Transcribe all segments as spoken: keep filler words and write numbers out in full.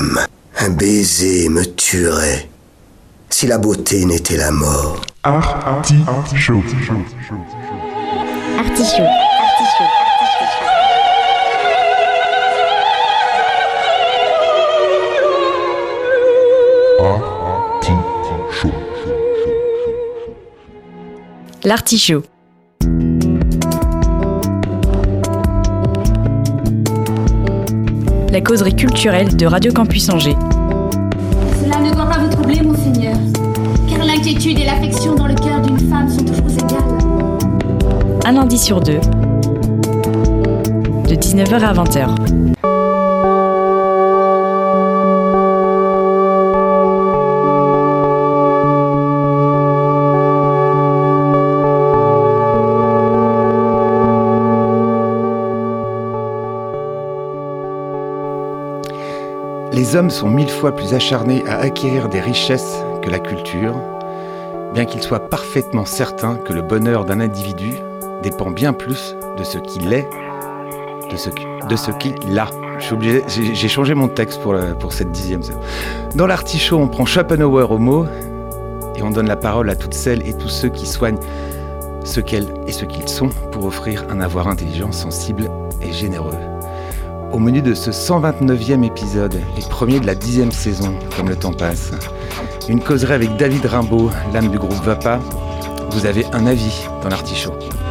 femme, un baiser me tuerait. Si la beauté n'était la mort. Artichaut. Artichaut. L'artichaut. La causerie culturelle de Radio Campus Angers. Cela ne doit pas vous troubler, monseigneur, car l'inquiétude et l'affection dans le cœur d'une femme sont toujours égales. Un lundi sur deux, de dix-neuf heures à vingt heures. Les hommes sont mille fois plus acharnés à acquérir des richesses que la culture, bien qu'ils soient parfaitement certains que le bonheur d'un individu dépend bien plus de ce qu'il est, de ce, de ce qu'il a. Je suis obligé, j'ai, j'ai changé mon texte pour, la, pour cette dixième. Dans l'artichaut, on prend Schopenhauer au mot et on donne la parole à toutes celles et tous ceux qui soignent ce qu'elles et ce qu'ils sont pour offrir un avoir intelligent, sensible et généreux. Au menu de ce cent vingt-neuvième épisode, et premier de la dixième saison, comme le temps passe, une causerie avec David Rimbaud, l'âme du groupe Vapa. Vous avez un avis dans l'artichaut.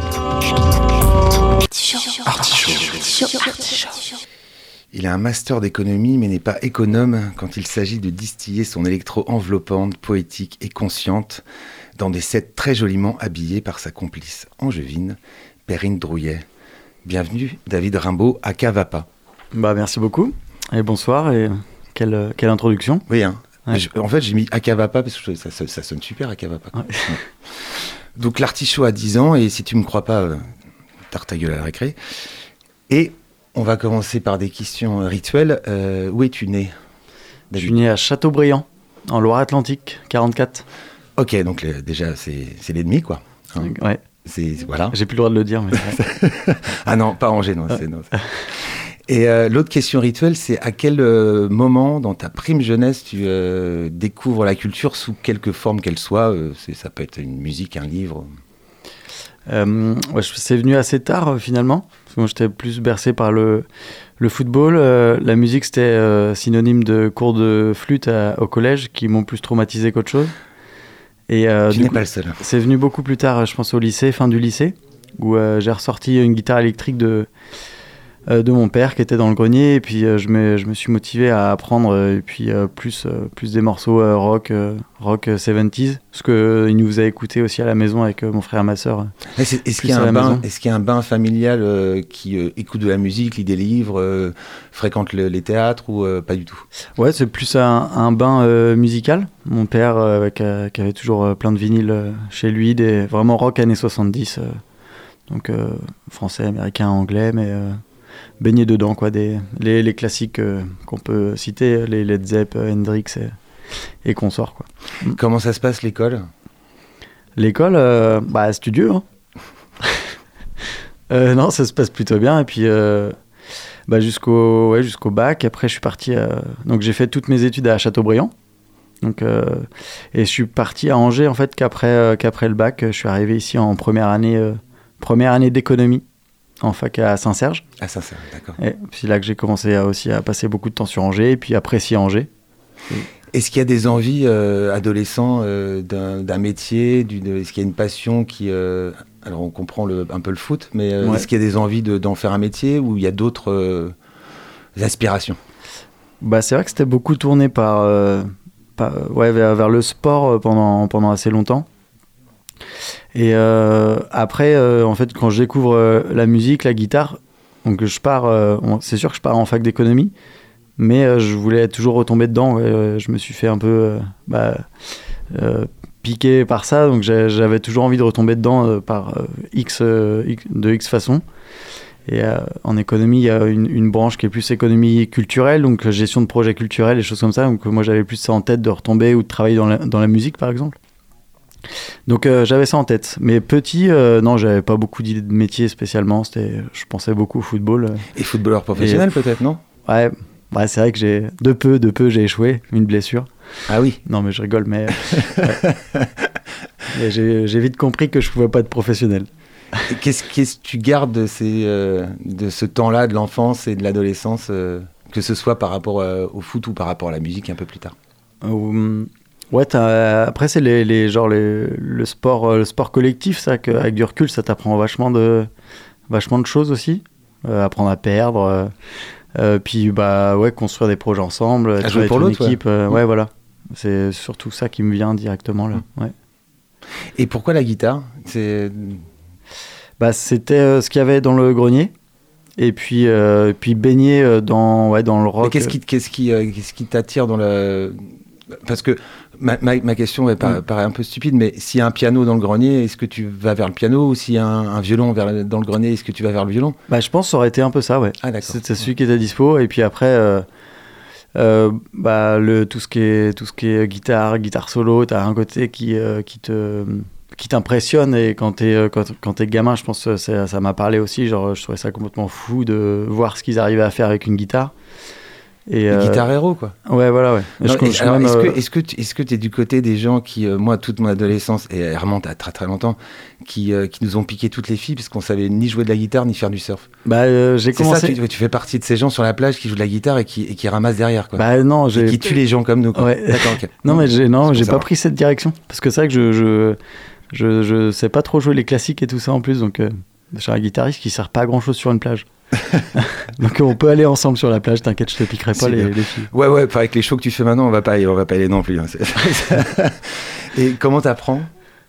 Artichaut. Il a un master d'économie, mais n'est pas économe quand il s'agit de distiller son électro enveloppante, poétique et consciente dans des sets très joliment habillés par sa complice angevine, Perrine Drouillet. Bienvenue, David Rimbaud, aka Vapa. Bah, merci beaucoup et bonsoir et quelle, quelle introduction. Oui, hein. Ouais. Je, en fait j'ai mis aka Vapa parce que ça, ça, ça sonne super aka Vapa. Ouais. Ouais. Donc l'artichaut a dix ans et si tu me crois pas, euh, tarte ta gueule à la récré. Et on va commencer par des questions rituelles. Euh, où es-tu né, David ? Je suis né à Châteaubriand, en Loire-Atlantique, quarante-quatre. Ok, donc le, déjà c'est, c'est l'ennemi quoi. Hein. Ouais. C'est, voilà. J'ai plus le droit de le dire. Mais... ah non, pas Angers, non. C'est, non c'est... Et euh, l'autre question rituelle, c'est à quel euh, moment dans ta prime jeunesse tu euh, découvres la culture sous quelque forme qu'elle soit euh, c'est, ça peut être une musique, un livre. Euh, ouais, c'est venu assez tard euh, finalement. Parce que moi j'étais plus bercé par le, le football. Euh, la musique c'était euh, synonyme de cours de flûte à, au collège qui m'ont plus traumatisé qu'autre chose. Et, euh, tu n'es coup, pas le seul. C'est venu beaucoup plus tard, je pense au lycée, fin du lycée, où euh, j'ai ressorti une guitare électrique de... de mon père qui était dans le grenier et puis euh, je, me, je me suis motivé à apprendre euh, et puis euh, plus, euh, plus des morceaux euh, rock, euh, rock soixante-dix parce qu'il euh, nous a écouté aussi à la maison avec euh, mon frère et ma sœur. Est-ce, est-ce, qu'il y a un bain, est-ce qu'il y a un bain familial euh, qui euh, écoute de la musique, lit des livres, euh, fréquente le, les théâtres ou euh, pas du tout ? Ouais, c'est plus un, un bain euh, musical. Mon père euh, avec, euh, qui avait toujours euh, plein de vinyles euh, chez lui, des, vraiment rock années soixante-dix, euh, donc euh, français, américain, anglais, mais... Euh, baigné dedans, quoi, des, les, les classiques euh, qu'on peut citer, les Led Zepp, Hendrix et, et consorts, quoi. Comment ça se passe l'école ? L'école, euh, bah, studieux, hein. euh, non, ça se passe plutôt bien, et puis euh, bah, jusqu'au, ouais, jusqu'au bac, après je suis parti, euh, donc j'ai fait toutes mes études à Châteaubriand, donc, euh, et je suis parti à Angers, en fait, qu'après, euh, qu'après le bac, je suis arrivé ici en première année, euh, première année d'économie, en fac à Saint-Serge. À Saint-Serge, d'accord. Et c'est là que j'ai commencé à, aussi à passer beaucoup de temps sur Angers et puis apprécier Angers. Et... Est-ce qu'il y a des envies euh, adolescents euh, d'un, d'un métier, d'une, est-ce qu'il y a une passion qui... Euh, alors on comprend le, un peu le foot, mais euh, ouais. Est-ce qu'il y a des envies de, d'en faire un métier ou il y a d'autres euh, aspirations ? Bah, c'est vrai que c'était beaucoup tourné par, euh, par, ouais, vers, vers le sport pendant, pendant assez longtemps. Et euh, après, euh, en fait, quand je découvre euh, la musique, la guitare, donc je pars, euh, c'est sûr que je pars en fac d'économie, mais euh, je voulais toujours retomber dedans. Ouais, je me suis fait un peu euh, bah, euh, piquer par ça, donc j'avais toujours envie de retomber dedans euh, par euh, X, euh, X, de X façon. Et euh, en économie, il y a une, une branche qui est plus économie culturelle, donc gestion de projets culturels et choses comme ça. Donc moi, j'avais plus ça en tête de retomber ou de travailler dans la, dans la musique, par exemple. Donc euh, j'avais ça en tête, mais petit, euh, non, j'avais pas beaucoup d'idées de métier spécialement. C'était, je pensais beaucoup au football. Euh, et footballeur professionnel et, peut-être, non ? Ouais, Bah, c'est vrai que j'ai de peu, de peu, j'ai échoué, une blessure. Ah oui. Non, mais je rigole, mais, ouais. mais j'ai, j'ai vite compris que je pouvais pas être professionnel. Et qu'est-ce, qu'est-ce que tu gardes de, ces, euh, de ce temps-là, de l'enfance et de l'adolescence, euh, que ce soit par rapport euh, au foot ou par rapport à la musique un peu plus tard? Euh, ouais, t'as, après c'est les, les genre les, le sport, le sport collectif, ça, que, avec du recul, ça t'apprend vachement de, vachement de choses aussi, euh, apprendre à perdre. Euh, Euh, puis bah ouais, construire des projets ensemble, à jouer être pour une l'autre, équipe, ouais. euh, ouais voilà, c'est surtout ça qui me vient directement là. Ouais. Et pourquoi la guitare? C'est... Bah c'était euh, ce qu'il y avait dans le grenier, et puis euh, puis baigner dans ouais dans le rock. Mais qu'est-ce qui qu'est-ce qui euh, qu'est-ce qui t'attire dans le... Parce que ma, ma, ma question elle paraît, mm. paraît un peu stupide, mais s'il y a un piano dans le grenier, est-ce que tu vas vers le piano, ou s'il y a un, un violon vers, dans le grenier, est-ce que tu vas vers le violon? Bah je pense que ça aurait été un peu ça, ouais. Ah d'accord. C'était celui qui était dispo, et puis après euh, euh, bah le tout ce qui est tout ce qui est guitare, guitare solo, t'as un côté qui euh, qui te qui t'impressionne, et quand t'es quand, quand t'es gamin, je pense que ça, ça m'a parlé aussi, genre je trouvais ça complètement fou de voir ce qu'ils arrivaient à faire avec une guitare. Et euh... Guitar Hero, quoi. Ouais, voilà, ouais. Non, je, et, je alors, même, est-ce, euh... que, est-ce que tu est-ce que es du côté des gens qui, euh, moi, toute mon adolescence, et elle remonte à très très longtemps, qui, euh, qui nous ont piqué toutes les filles parce qu'on savait ni jouer de la guitare ni faire du surf? Bah, euh, j'ai c'est commencé... ça, tu, tu fais partie de ces gens sur la plage qui jouent de la guitare et qui, et qui ramassent derrière, quoi. Bah non, j'ai... Et qui tuent les gens comme nous, quoi. Ouais. D'accord, ok. Non, mais j'ai, non, j'ai pas savoir. pris cette direction. Parce que c'est vrai que je, je, je, je sais pas trop jouer les classiques et tout ça en plus, donc euh, je suis un guitariste qui sert pas à grand chose sur une plage. Donc on peut aller ensemble sur la plage, t'inquiète, je te piquerai pas les, les filles. Ouais, ouais, avec les shows que tu fais maintenant, on va pas y, on va pas y aller non plus. Hein. Et comment t'apprends?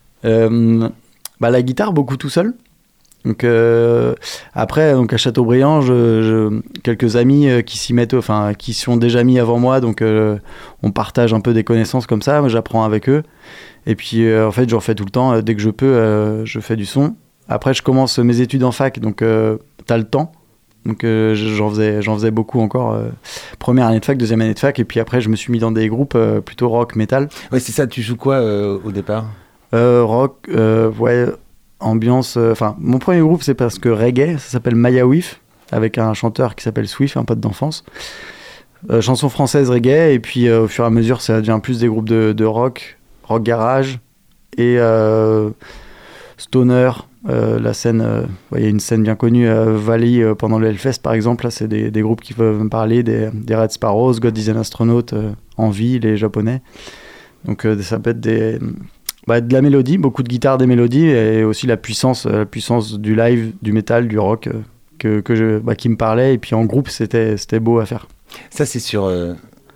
euh, Bah la guitare, beaucoup tout seul. Donc euh, après, donc à Châteaubriand, je, je, quelques amis euh, qui s'y mettent, enfin qui sont déjà mis avant moi, donc euh, on partage un peu des connaissances comme ça. Moi, j'apprends avec eux. Et puis euh, en fait, j'en fais tout le temps. Euh, dès que je peux, euh, je fais du son. Après, je commence mes études en fac, donc euh, t'as le temps. Donc euh, j'en faisais, j'en faisais beaucoup encore. Euh, première année de fac, deuxième année de fac, et puis après, je me suis mis dans des groupes euh, plutôt rock, metal. Ouais, c'est ça. Tu joues quoi euh, au départ? euh, Rock, euh, ouais. Ambiance, enfin, euh, mon premier groupe c'est parce que reggae, ça s'appelle Maya Wif, avec un chanteur qui s'appelle Swift, un pote d'enfance. Euh, chanson française reggae, et puis euh, au fur et à mesure ça devient plus des groupes de, de rock, rock garage et euh, stoner. Euh, la scène, il euh, y a une scène bien connue à Valley euh, pendant le Hellfest par exemple. Là, c'est des, des groupes qui peuvent me parler, des, des Red Sparrows, God is an Astronaut, euh, Envie, les japonais. Donc euh, ça peut être des. Bah, de la mélodie, beaucoup de guitare, des mélodies, et aussi la puissance, la puissance du live, du métal, du rock, euh, que, que je, bah, qui me parlait. Et puis en groupe, c'était, c'était beau à faire. Ça, c'est sur euh,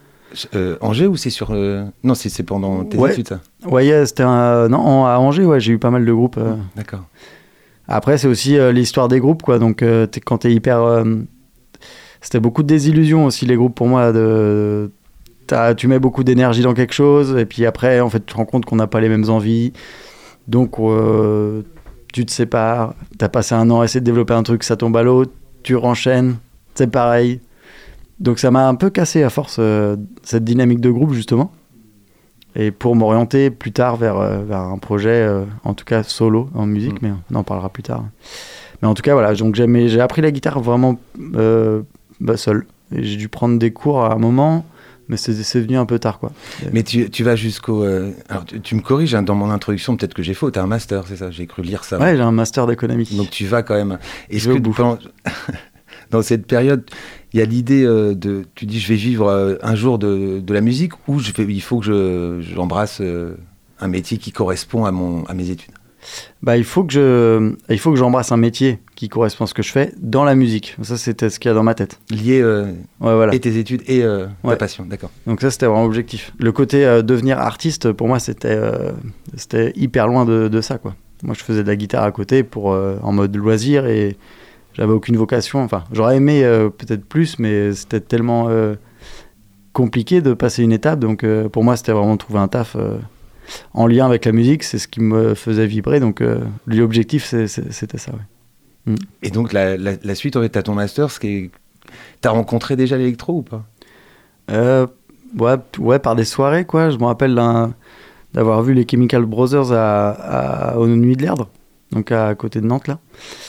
euh, Angers ou c'est sur... Euh... Non, c'est, c'est pendant tes ouais. études, ça? Ouais, yeah, c'était un... Non, à Angers, ouais, j'ai eu pas mal de groupes. Euh... D'accord. Après, c'est aussi euh, l'histoire des groupes, quoi. Donc, euh, t'es, quand t'es hyper... Euh... C'était beaucoup de désillusions aussi, les groupes, pour moi, de... tu mets beaucoup d'énergie dans quelque chose, et puis après, en fait, tu te rends compte qu'on n'a pas les mêmes envies. Donc, euh, tu te sépares. Tu as passé un an à essayer de développer un truc, ça tombe à l'eau, tu renchaînes, c'est pareil. Donc, ça m'a un peu cassé à force, euh, cette dynamique de groupe, justement. Et pour m'orienter plus tard vers, euh, vers un projet, euh, en tout cas solo, en musique, mmh. mais on en parlera plus tard. Mais en tout cas, voilà, donc j'ai, j'ai appris la guitare vraiment euh, bah, seul. Et j'ai dû prendre des cours à un moment. Mais c'est, c'est venu un peu tard, quoi. Mais tu, tu vas jusqu'au... Euh... Alors, tu, tu me corriges, hein, dans mon introduction, peut-être que j'ai faux. Tu as un master, c'est ça? J'ai cru lire ça. Ouais, j'ai un master d'économie. Donc, tu vas quand même... Est-ce je que pendant... dans cette période, il y a l'idée euh, de... Tu dis, je vais vivre euh, un jour de, de la musique, ou je vais, il faut que je, j'embrasse euh, un métier qui correspond à, mon, à mes études? Bah, il faut que je, il faut que j'embrasse un métier qui correspond à ce que je fais dans la musique. Ça, c'était ce qu'il y a dans ma tête. Lié euh, ouais, voilà. Et tes études et euh, ouais. ta passion, d'accord. Donc ça, c'était vraiment l'objectif. Le côté euh, devenir artiste, pour moi, c'était, euh, c'était hyper loin de, de ça, quoi. Moi, je faisais de la guitare à côté pour, euh, en mode loisir, et j'avais aucune vocation. Enfin, j'aurais aimé euh, peut-être plus, mais c'était tellement euh, compliqué de passer une étape. Donc euh, pour moi, c'était vraiment de trouver un taf euh, en lien avec la musique, c'est ce qui me faisait vibrer, donc euh, l'objectif c'est, c'est, c'était ça, ouais. Mm. Et donc la, la, la suite, en fait, t'as ton master, ce qui est... t'as rencontré déjà l'électro ou pas? euh, ouais, ouais, par des soirées, quoi. Je me rappelle d'un, d'avoir vu les Chemical Brothers à, à, aux Nuits de l'Erdre, donc à côté de Nantes, là.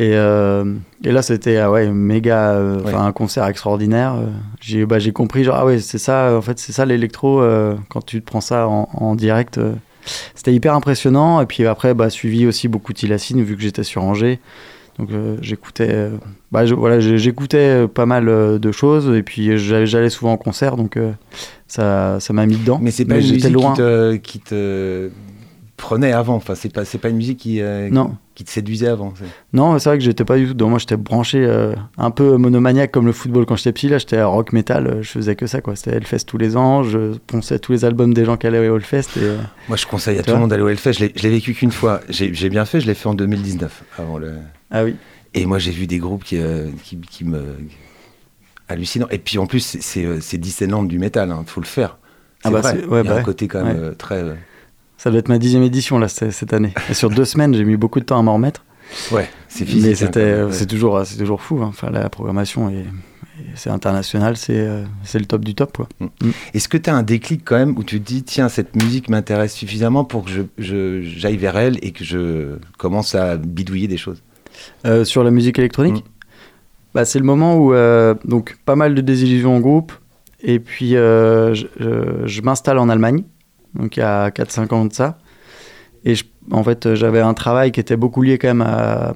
Et, euh, et là, c'était ah ouais, méga, euh, Ouais. un concert extraordinaire. Euh, J'ai, bah, j'ai compris, genre, ah ouais, c'est ça, en fait, c'est ça l'électro, euh, quand tu te prends ça en, en direct. Euh, c'était hyper impressionnant. Et puis après, bah, suivi aussi beaucoup Tilacine, vu que j'étais sur Angers. Donc euh, j'écoutais, euh, bah, je, voilà, j'ai- j'écoutais pas mal euh, de choses. Et puis j'allais, j'allais souvent en concert, donc euh, ça, ça m'a mis dedans. Mais c'est pas une j'étais musique loin. qui te, qui te prenait avant. Enfin, c'est pas, c'est pas une musique qui, euh, Non. qui te séduisait avant. c'est- Non, c'est vrai que j'étais pas du tout dedans. Moi, j'étais branché euh, un peu monomaniaque comme le football quand j'étais petit. Là, j'étais rock metal. euh, Je faisais que ça, quoi. C'était Hellfest tous les ans. Je ponçais tous les albums des gens qui allaient au Hellfest. Et, euh, Moi, je conseille à Tu tout le vois monde d'aller au Hellfest. Je l'ai, je l'ai vécu qu'une fois. J'ai, j'ai bien fait. Je l'ai fait en deux mille dix-neuf. Avant le... Ah oui. Et moi, j'ai vu des groupes qui, euh, qui, qui me hallucinants. Et puis en plus, c'est, c'est, euh, c'est Disneyland du métal. Il faut le faire. C'est Ah bah, vrai. c'est- ouais, Il y a bah un ouais. côté quand même Ouais. euh, très. euh, Ça doit être ma dixième édition là c- cette année. Et sur deux semaines, j'ai mis beaucoup de temps à m'en remettre. Ouais, c'est physique. Mais hein, c'était, quand même, ouais. c'est toujours, c'est toujours fou. hein. Enfin, la programmation est, est- c'est international, c'est, euh, c'est le top du top, quoi. Est-ce que tu as un déclic quand même où tu te dis, tiens, cette musique m'intéresse suffisamment pour que je, je- j'aille vers elle et que je commence à bidouiller des choses? Euh, sur la musique électronique, Mm. bah, c'est le moment où euh, donc pas mal de désillusions en groupe. Et puis euh, je, je- je m'installe en Allemagne, donc il y a quatre cinq ans de ça. Et je- en fait, j'avais un travail qui était beaucoup lié quand même à,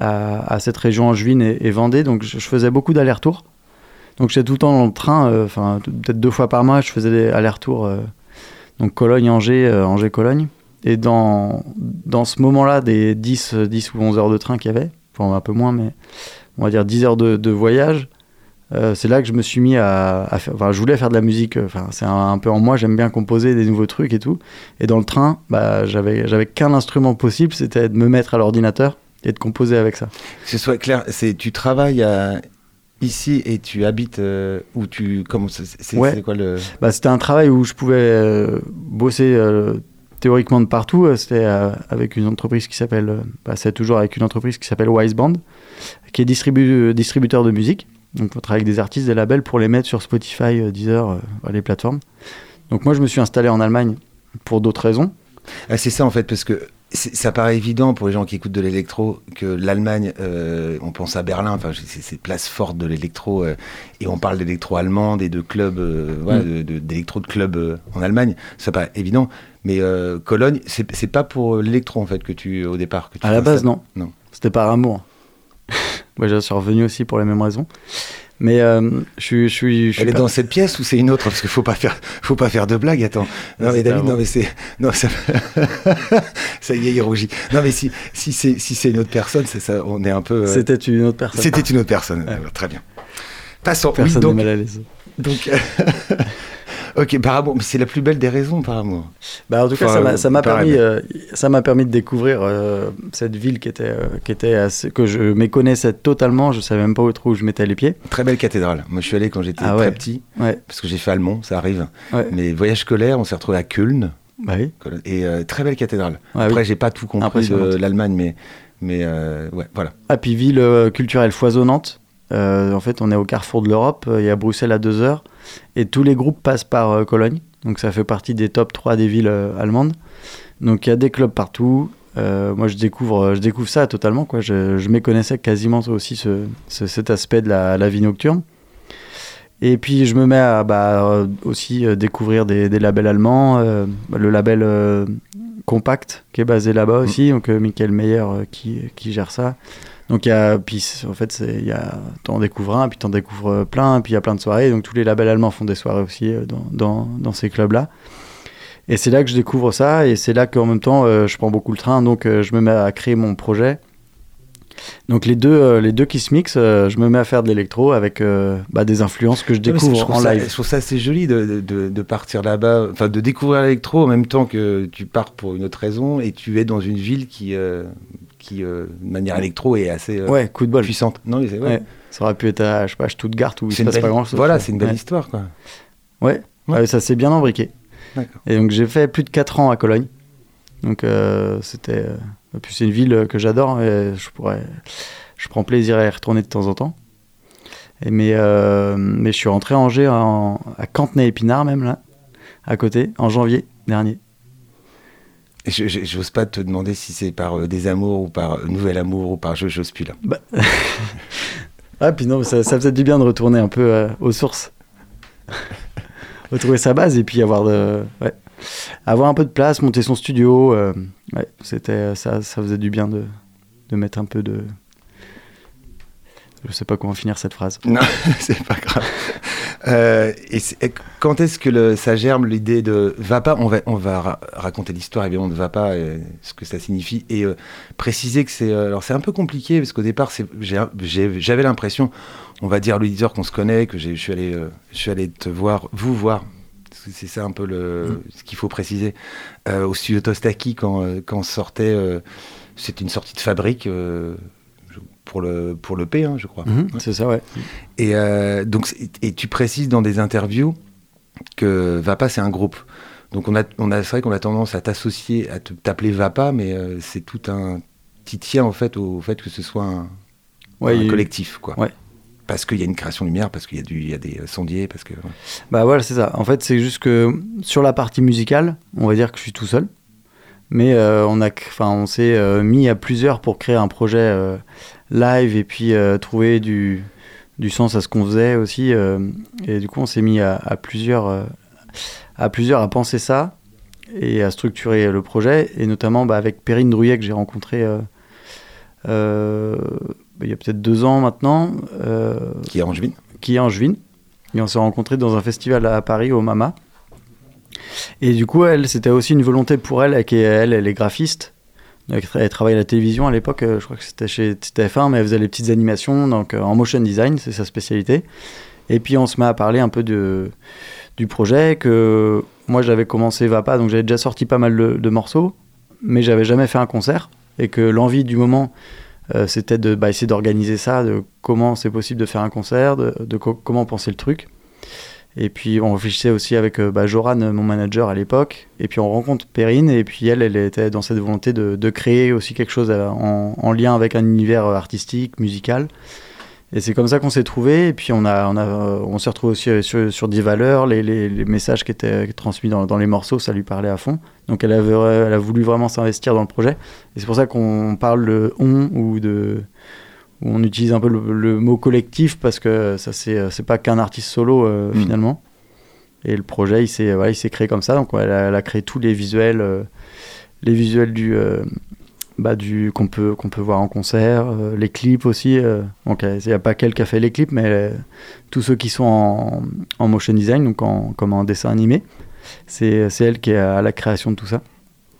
à, à cette région angevine et, et Vendée, donc je, je faisais beaucoup d'allers-retours. Donc j'étais tout le temps dans le train, euh, enfin peut-être deux fois par mois, je faisais des allers-retours, euh, donc Cologne-Angers, euh, Angers-Cologne. Et dans, dans ce moment-là, des dix, dix ou onze heures de train qu'il y avait, enfin un peu moins, mais on va dire dix heures de, de voyage, euh, c'est là que je me suis mis à, à faire. Enfin, je voulais faire de la musique, euh, enfin, c'est un, un peu en moi, j'aime bien composer des nouveaux trucs et tout. Et dans le train, bah, j'avais, j'avais qu'un instrument possible, c'était de me mettre à l'ordinateur et de composer avec ça. Que ce soit clair, c'est, tu travailles à- ici et tu habites euh, où tu. Comment, c'est, c'est, Ouais. c'est quoi le. Bah, c'était un travail où je pouvais euh, bosser euh, théoriquement de partout. Euh, C'était euh, avec une entreprise qui s'appelle, euh, bah, c'est toujours avec une entreprise qui s'appelle Wiseband, qui est distribu- distributeur de musique. Donc on travaille avec des artistes, des labels pour les mettre sur Spotify, euh, Deezer, euh, les plateformes. Donc moi je me suis installé en Allemagne pour d'autres raisons. Ah, c'est ça en fait, parce que c'est- ça paraît évident pour les gens qui écoutent de l'électro que l'Allemagne, euh, on pense à Berlin, enfin c'est ces places fortes de l'électro, euh, et on parle d'électro allemande et de clubs, euh, voilà, Mm. de- de- d'électro de clubs euh, en Allemagne. Ça paraît évident, mais euh, Cologne, c'est, c'est pas pour l'électro en fait que tu au départ que tu À la base, t'installes. non. Non. C'était par amour. Moi je suis revenu aussi pour les mêmes raisons. Mais euh, je suis... Je suis, je suis Elle est pas- dans cette pièce ou c'est une autre? Parce qu'il faut pas faire, faut pas faire de blagues. Attends. Non mais C'était David, avant. non mais c'est, non ça, ça y est, il rougit. Non mais si, si c'est, si c'est une autre personne, c'est ça. On est un peu. euh, C'était une autre personne. C'était une autre personne. Ouais. Alors, très bien. Passons. Oui, Personne donc, n'est mal à l'aise. donc ok, par amour, mais c'est la plus belle des raisons, par amour. Bah, en tout cas, Enfin, ça m'a, ça m'a pareil, permis, mais- euh, ça m'a permis de découvrir euh, cette ville qui était, euh, qui était assez, que je méconnaissais totalement. Je savais même pas où, trop où je mettais les pieds. Très belle cathédrale. Moi, je suis allé quand j'étais Ah très ouais. petit, Ouais, parce que j'ai fait allemand, ça arrive. ouais. Mais voyage scolaire, on s'est retrouvé à Köln, Bah oui. et euh, très belle cathédrale. Ouais, Après, oui. j'ai pas tout compris de Impressionnante. l'Allemagne, mais, mais euh, ouais, voilà. Ah, puis ville euh, culturelle foisonnante. Euh, en fait, on est au carrefour de l'Europe. Il y a Bruxelles à deux heures. Et tous les groupes passent par euh, Cologne. Donc ça fait partie des top trois des villes euh, allemandes. Donc il y a des clubs partout. Euh, moi, je découvre, je découvre ça totalement, quoi. Je, je méconnaissais quasiment aussi ce, ce- cet aspect de la, la vie nocturne. Et puis je me mets à bah, euh, aussi euh, découvrir des, des labels allemands. Euh, le label euh, Compact qui est basé là-bas aussi. Donc euh, Michael Meyer euh, qui, qui gère ça. Donc il y a, puis c'est- en fait, c'est, il y a, t'en découvres un, puis t'en découvres plein, puis il y a plein de soirées. Donc tous les labels allemands font des soirées aussi euh, dans, dans, dans ces clubs-là. Et c'est là que je découvre ça, et c'est là qu'en même temps, euh, je prends beaucoup le train, donc euh, je me mets à créer mon projet. Donc les deux, euh, les deux qui se mixent, euh, je me mets à faire de l'électro avec euh, bah, des influences que je Non, mais découvre je trouve en ça- live. Je trouve ça assez joli de, de, de partir là-bas, enfin de découvrir l'électro en même temps que tu pars pour une autre raison et tu es dans une ville qui, euh, qui euh, de manière électro, est assez euh, Ouais, coup de bol. puissante. Non, mais c'est ouais. Ouais. Ça aurait pu être à, je sais pas, Stuttgart où il C'est se une passe belle- pas grand-chose. Voilà, c'est une belle Ouais. histoire, quoi. Ouais, Ouais. Ouais, ça s'est bien imbriqué. D'accord. Et donc j'ai fait plus de quatre ans à Cologne. Donc euh, c'était... euh, et puis c'est une ville que j'adore, et je pourrais... Je prends plaisir à y retourner de temps en temps. Et mais, euh, mais je suis rentré à Angers, en, à Cantenay-Épinard même, là, à côté, en janvier dernier. Je, je, j'ose pas te demander si c'est par euh, des amours ou par euh, nouvel amour ou par je, j'ose plus là. Bah... ah, puis non, ça, ça faisait du bien de retourner un peu euh, aux sources. Retrouver sa base et puis avoir, de, ouais, avoir un peu de place, monter son studio. Euh, ouais, c'était, ça, ça faisait du bien de, de mettre un peu de... Je sais pas comment finir cette phrase. Non, c'est pas grave. Euh, et, et quand est-ce que le, ça germe l'idée de Vapa? On va, on va ra- raconter l'histoire évidemment de Vapa, et ce que ça signifie, et euh, préciser que c'est, euh, alors c'est un peu compliqué parce qu'au départ, c'est, j'ai, j'ai, j'avais l'impression, on va dire l'auditeur qu'on se connaît, que j'ai, je suis allé, euh, je suis allé te voir, vous voir. C'est ça un peu le, mmh. ce qu'il faut préciser. Euh, au studio Tostaki, quand, euh, quand on sortait, euh, c'était une sortie de fabrique. Euh, pour le pour le P, hein, je crois. Mmh, c'est ça, ouais. Et euh, donc et tu précises dans des interviews que Vapa c'est un groupe. Donc on a on a c'est vrai qu'on a tendance à t'associer, à te, t'appeler Vapa, mais euh, c'est tout un qui tient en fait au, au fait que ce soit un, ouais, un collectif, quoi. Ouais. Parce qu'il y a une création lumière, parce qu'il y a du il y a des sondiers, parce que. Ouais. Bah voilà, c'est ça. En fait, c'est juste que sur la partie musicale, on va dire que je suis tout seul. Mais euh, on, a, on s'est euh, mis à plusieurs pour créer un projet euh, live et puis euh, trouver du, du sens à ce qu'on faisait aussi. Euh, et du coup, on s'est mis à, à, plusieurs, euh, à plusieurs à penser ça et à structurer le projet. Et notamment bah, avec Perrine Drouillet que j'ai rencontré euh, euh, bah, il y a peut-être deux ans maintenant. Euh, qui est angevine. Qui est angevine. Et on s'est rencontrés dans un festival à Paris, au Mama. Et du coup, elle, c'était aussi une volonté pour elle, elle, elle est graphiste. Donc, elle travaillait à la télévision à l'époque, je crois que c'était chez T F un, mais elle faisait les petites animations, donc en motion design, c'est sa spécialité. Et puis on se met à parler un peu de, du projet, que moi j'avais commencé Vapa, donc j'avais déjà sorti pas mal de, de morceaux, mais j'avais jamais fait un concert, et que l'envie du moment, euh, c'était de bah, essayer d'organiser ça, de comment c'est possible de faire un concert, de, de co- comment penser le truc. Et puis on réfléchissait aussi avec bah, Joran, mon manager à l'époque, et puis on rencontre Perrine, et puis elle, elle était dans cette volonté de, de créer aussi quelque chose en, en lien avec un univers artistique, musical. Et c'est comme ça qu'on s'est trouvés, et puis on, a, on, a, on s'est retrouvés aussi sur, sur des valeurs, les, les, les messages qui étaient transmis dans, dans les morceaux, ça lui parlait à fond. Donc elle, avait, elle a voulu vraiment s'investir dans le projet, et c'est pour ça qu'on parle de « on » ou de... où on utilise un peu le, le mot collectif parce que ça c'est c'est pas qu'un artiste solo euh, mmh. finalement. Et le projet il s'est voilà, il s'est créé comme ça, donc elle a, elle a créé tous les visuels euh, les visuels du euh, bah du qu'on peut qu'on peut voir en concert, euh, les clips aussi, euh, donc il y a pas qu'elle qui a fait les clips, mais euh, tous ceux qui sont en, en motion design, donc en comme en dessin animé, c'est c'est elle qui est à la création de tout ça.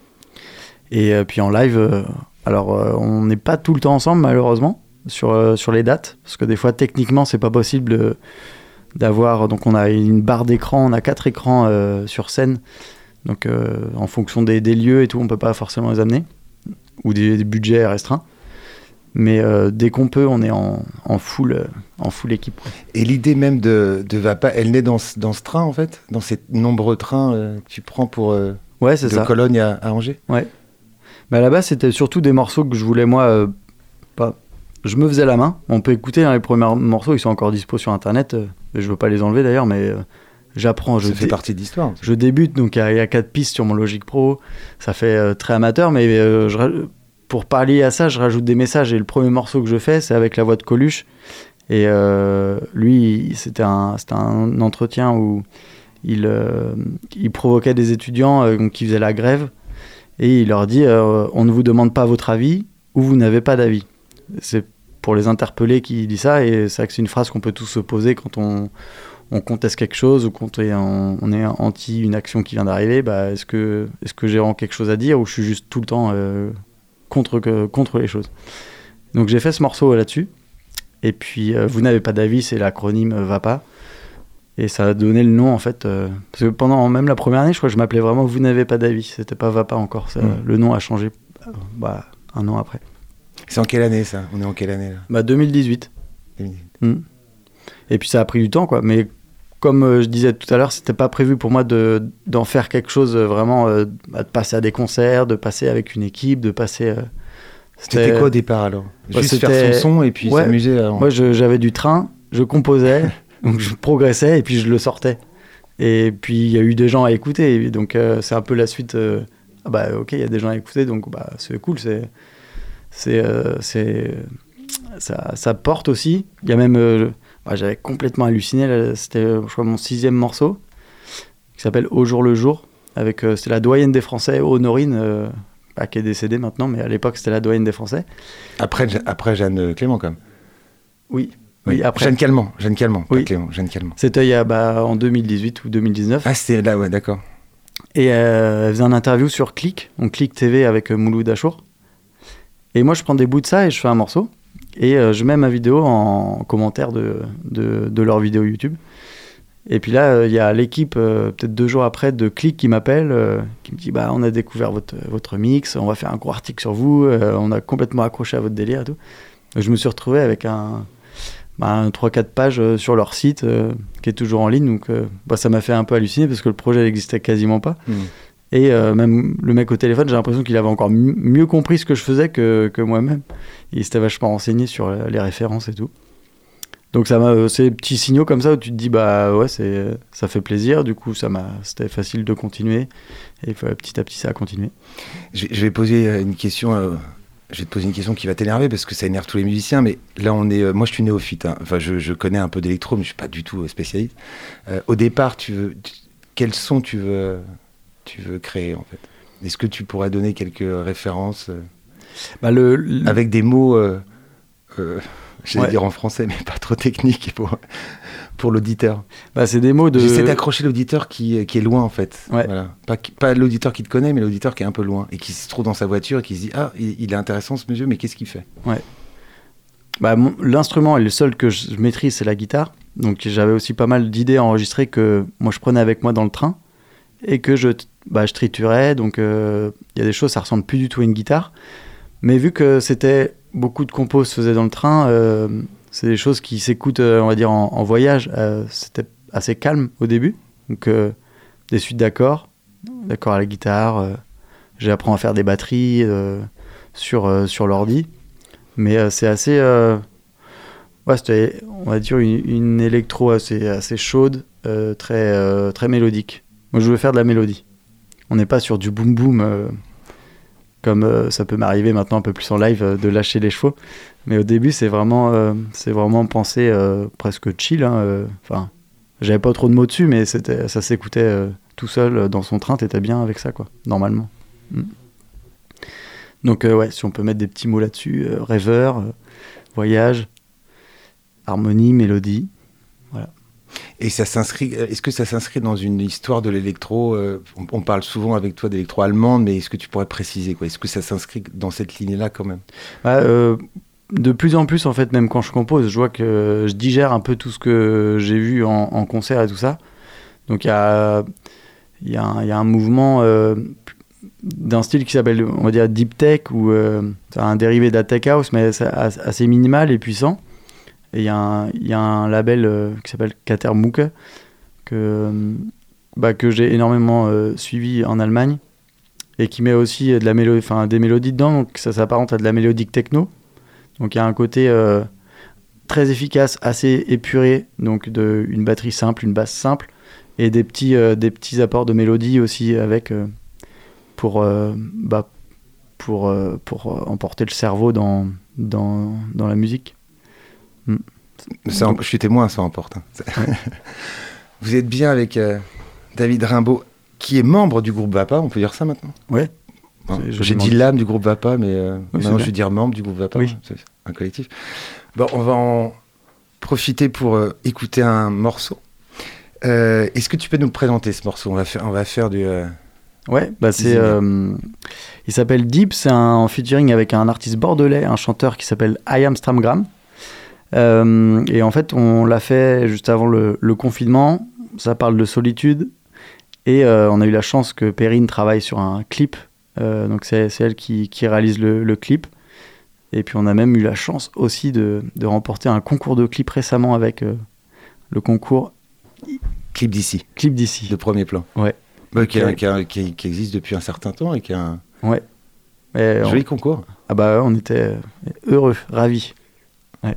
Et euh, puis en live euh, alors euh, on n'est pas tout le temps ensemble malheureusement. Sur, euh, sur les dates, parce que des fois techniquement c'est pas possible de, d'avoir, donc on a une barre d'écran, on a quatre écrans euh, sur scène, donc euh, en fonction des, des lieux et tout, on peut pas forcément les amener, ou des, des budgets restreints, mais euh, dès qu'on peut on est en, en, full, euh, en full équipe. Et l'idée même de, de Vapa, elle naît dans ce, dans ce train en fait, dans ces nombreux trains euh, que tu prends pour euh, ouais, c'est de ça. Cologne à, à Angers. Ouais, bah, là-bas c'était surtout des morceaux que je voulais moi euh, pas... Je me faisais la main. On peut écouter hein, les premiers morceaux, ils sont encore dispo sur internet. Euh, je veux pas les enlever d'ailleurs, mais euh, j'apprends. Je ça fait dé- partie de l'histoire. Je débute, donc il y, y a quatre pistes sur mon Logic Pro. Ça fait euh, très amateur, mais euh, je, pour pallier à ça, je rajoute des messages. Et le premier morceau que je fais, c'est avec la voix de Coluche. Et euh, lui, c'était un, c'était un entretien où il, euh, il provoquait des étudiants euh, qui faisaient la grève. Et il leur dit euh, on ne vous demande pas votre avis ou vous n'avez pas d'avis. C'est pour les interpeller qui dit ça, et c'est vrai que c'est une phrase qu'on peut tous se poser quand on, on conteste quelque chose ou quand on est, en, on est anti une action qui vient d'arriver. Bah, est-ce que, est-ce que j'ai vraiment quelque chose à dire ou je suis juste tout le temps euh, contre, que, contre les choses. Donc j'ai fait ce morceau là-dessus, et puis euh, vous n'avez pas d'avis, c'est l'acronyme euh, Vapa, et ça a donné le nom en fait, euh, parce que pendant même la première année, je crois que je m'appelais vraiment vous n'avez pas d'avis, c'était pas Vapa encore, ça, mmh. Le nom a changé euh, bah, un an après. C'est en quelle année ça ? On est en quelle année là ? Bah deux mille dix-huit. deux mille dix-huit. Mmh. Et puis ça a pris du temps quoi, mais comme euh, je disais tout à l'heure, c'était pas prévu pour moi de, d'en faire quelque chose euh, vraiment, euh, bah, de passer à des concerts, de passer avec une équipe, de passer... Euh, c'était, c'était quoi au départ alors ? Ouais, juste faire son son et puis ouais, s'amuser à... Moi je, j'avais du train, je composais, donc je progressais et puis je le sortais. Et puis il y a eu des gens à écouter, donc euh, c'est un peu la suite... Euh, ah bah ok, il y a des gens à écouter, donc bah, c'est cool, c'est, c'est, euh, c'est, ça, ça porte aussi. Il y a même, euh, bah, j'avais complètement halluciné, là, c'était je crois mon sixième morceau, qui s'appelle Au jour le jour, avec, euh, c'était la doyenne des Français, Honorine, euh, bah, qui est décédée maintenant, mais à l'époque c'était la doyenne des Français. Après, après Jeanne Clément, quand même. Oui. Oui, oui après. Jeanne Calment, Jeanne Calment, oui. pas Clément, Jeanne Calment. C'était il y a, bah, en deux mille dix-huit ou deux mille dix-neuf. Ah, c'était là, ouais, d'accord. Et euh, elle faisait un interview sur Click, donc Click T V avec euh, Mouloud Achour. Et moi, je prends des bouts de ça et je fais un morceau. Et euh, je mets ma vidéo en commentaire de, de, de leur vidéo YouTube. Et puis là, il euh, y a l'équipe, euh, peut-être deux jours après, de Click qui m'appelle, euh, qui me dit bah, « On a découvert votre, votre mix, on va faire un gros article sur vous, euh, on a complètement accroché à votre délire et tout. » Je me suis retrouvé avec un... Bah, trois quatre pages euh, sur leur site euh, qui est toujours en ligne, donc euh, bah, ça m'a fait un peu halluciner parce que le projet n'existait quasiment pas. Mmh. Et euh, même le mec au téléphone, j'ai l'impression qu'il avait encore m- mieux compris ce que je faisais que, que moi-même. Il s'était vachement renseigné sur euh, les références et tout. Donc ça m'a, euh, c'est des petits signaux comme ça où tu te dis bah ouais, c'est, ça fait plaisir, du coup ça m'a, c'était facile de continuer et euh, petit à petit ça a continué. Je, je vais poser une question... Euh... Je vais te poser une question qui va t'énerver parce que ça énerve tous les musiciens, mais là on est, euh, moi je suis néophyte, hein. Enfin je, je connais un peu d'électro, mais je suis pas du tout spécialiste. Euh, au départ, tu veux, tu, quel son tu veux, tu veux créer en fait ? Est-ce que tu pourrais donner quelques références euh, bah le, le... avec des mots, euh, euh, j'allais ouais. dire en français, mais pas trop techniques pour pour l'auditeur. Bah c'est des mots de. J'essaie d'accrocher l'auditeur qui qui est loin en fait. Ouais. Voilà. Pas pas l'auditeur qui te connaît, mais l'auditeur qui est un peu loin et qui se trouve dans sa voiture et qui se dit ah il, il est intéressant ce monsieur, mais qu'est-ce qu'il fait ? Ouais. Bah mon, l'instrument est le seul que je maîtrise, c'est la guitare. Donc j'avais aussi pas mal d'idées enregistrées que moi je prenais avec moi dans le train et que je bah je triturais. Donc il euh, y a des choses ça ressemble plus du tout à une guitare. Mais vu que c'était beaucoup de compos se faisaient dans le train. Euh, C'est des choses qui s'écoutent, euh, on va dire, en, en voyage. Euh, c'était assez calme au début. Donc, euh, des suites d'accords, d'accords à la guitare. Euh, j'ai appris à faire des batteries euh, sur, euh, sur l'ordi. Mais euh, c'est assez... Euh, ouais, c'était, on va dire, une, une électro assez, assez chaude, euh, très, euh, très mélodique. Moi, je voulais faire de la mélodie. On n'est pas sur du boom-boom, euh, comme euh, ça peut m'arriver maintenant un peu plus en live, euh, de lâcher les chevaux. Mais au début, c'est vraiment, euh, c'est vraiment pensé euh, presque chill. Hein, euh, enfin, j'avais pas trop de mots dessus, mais c'était, ça s'écoutait euh, tout seul euh, dans son train. T'étais bien avec ça, quoi, normalement. Mm. Donc, euh, ouais, si on peut mettre des petits mots là-dessus, euh, rêveur, euh, voyage, harmonie, mélodie, voilà. Et ça s'inscrit, est-ce que ça s'inscrit dans une histoire de l'électro euh, on, on parle souvent avec toi d'électro allemande, mais est-ce que tu pourrais préciser quoi ? Est-ce que ça s'inscrit dans cette lignée-là quand même ? bah, euh, De plus en plus, en fait, même quand je compose, je vois que je digère un peu tout ce que j'ai vu en, en concert et tout ça. Donc il y a, y, a un, y a un mouvement euh, d'un style qui s'appelle, on va dire, Deep Tech, ou euh, c'est un dérivé de la Tech House, mais c'est assez minimal et puissant. Et il y, y a un label euh, qui s'appelle Katermuke, que, bah, que j'ai énormément euh, suivi en Allemagne, et qui met aussi de la mélo- des mélodies dedans, donc ça s'apparente à de la mélodique techno. Donc il y a un côté euh, très efficace, assez épuré, donc de, une batterie simple, une basse simple, et des petits, euh, des petits apports de mélodie aussi avec, euh, pour, euh, bah, pour, euh, pour emporter le cerveau dans, dans, dans la musique. Mm. Ça, donc, je suis témoin, ça emporte. Hein. Ouais. Vous êtes bien avec euh, David Rimbaud, qui est membre du groupe Vapa, on peut dire ça maintenant ? Ouais. Bon, j'ai dit l'âme du groupe Vapa, mais euh, oui, maintenant je vais dire membre du groupe Vapa. Oui. C'est un collectif. Bon, on va en profiter pour euh, écouter un morceau. Euh, est-ce que tu peux nous présenter ce morceau ? On va faire, on va faire du... Euh, ouais, bah c'est... Euh, il s'appelle Deep, c'est un featuring avec un artiste bordelais, un chanteur qui s'appelle I Am Stramgram. Euh, et en fait, on l'a fait juste avant le, le confinement. Ça parle de solitude. Et euh, on a eu la chance que Perrine travaille sur un clip. Euh, donc c'est, c'est elle qui, qui réalise le, le clip. Et puis on a même eu la chance aussi de, de remporter un concours de clip récemment avec euh, le concours Clip d'ici. Clip d'ici. De premier plan. Ouais. Bah, qui, a, qui, a, qui, qui existe depuis un certain temps et qui a un ouais. Et joli on... concours. Ah bah on était heureux, ravis. Ouais.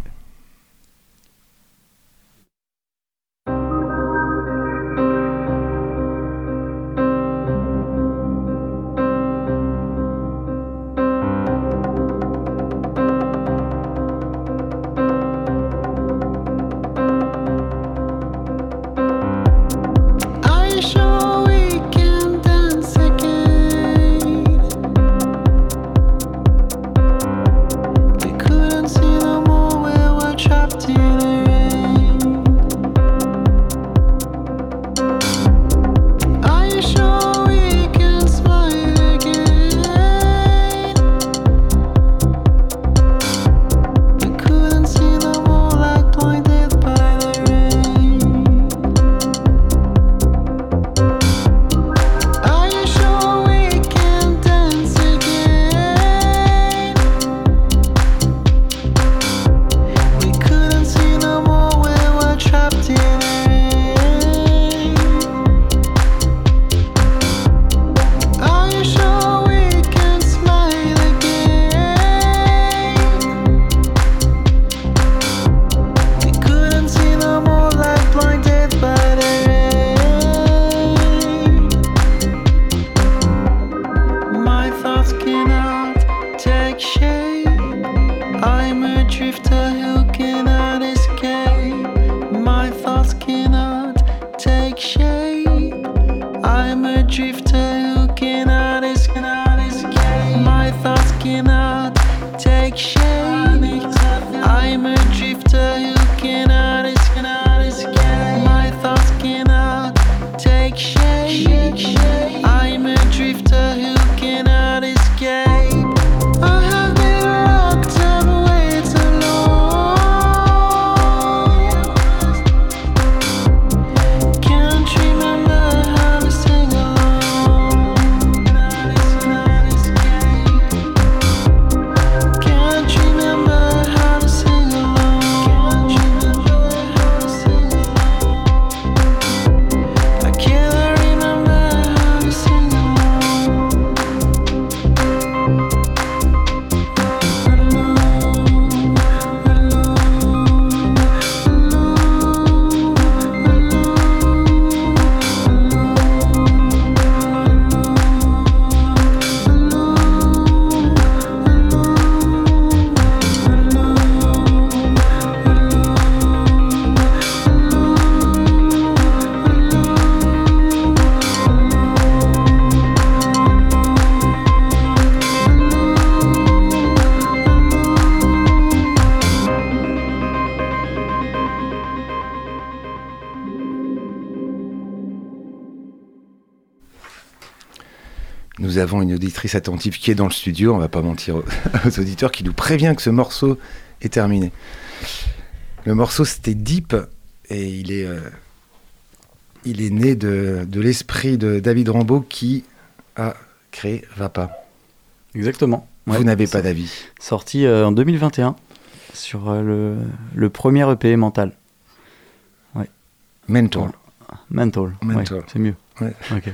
Nous avons une auditrice attentive qui est dans le studio, on va pas mentir aux, aux auditeurs, qui nous prévient que ce morceau est terminé. Le morceau, c'était Deep, et il est, euh, il est né de, de l'esprit de David Rambaud qui a créé Vapa. Exactement. Vous Ouais, n'avez c'est pas d'avis. sorti euh, en deux mille vingt et un sur euh, le, le premier E P Mental. Mentor. Mental. Mental. Ouais, c'est mieux. Ouais. Ok.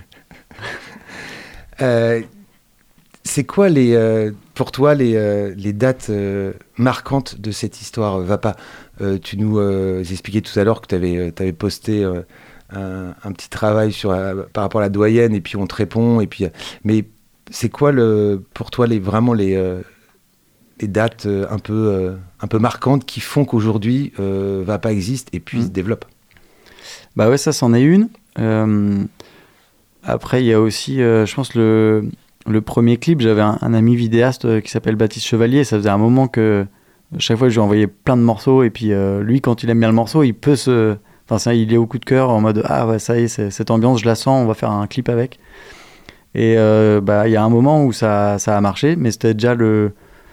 Euh, c'est quoi les, euh, pour toi les, euh, les dates euh, marquantes de cette histoire euh, Vapa? euh, Tu nous euh, expliquais tout à l'heure que tu avais euh, posté euh, un, un petit travail sur, euh, par rapport à la doyenne, et puis on te répond. Et puis, euh, mais c'est quoi le, pour toi les, vraiment les, euh, les dates euh, un, peu, euh, un peu marquantes qui font qu'aujourd'hui euh, Vapa existe et puis Mmh. se développe? Bah ouais, ça, c'en est une. Euh, après, il y a aussi, euh, je pense, le, le premier clip. J'avais un, un ami vidéaste euh, qui s'appelle Baptiste Chevalier. Ça faisait un moment que chaque fois, je lui envoyais plein de morceaux. Et puis, euh, lui, quand il aime bien le morceau, il peut se... Enfin, ça, il est au coup de cœur en mode « Ah ouais, ça y est, c'est, cette ambiance, je la sens, on va faire un clip avec. » Et euh, bah, il y a un moment où ça, ça a marché, mais c'était déjà le...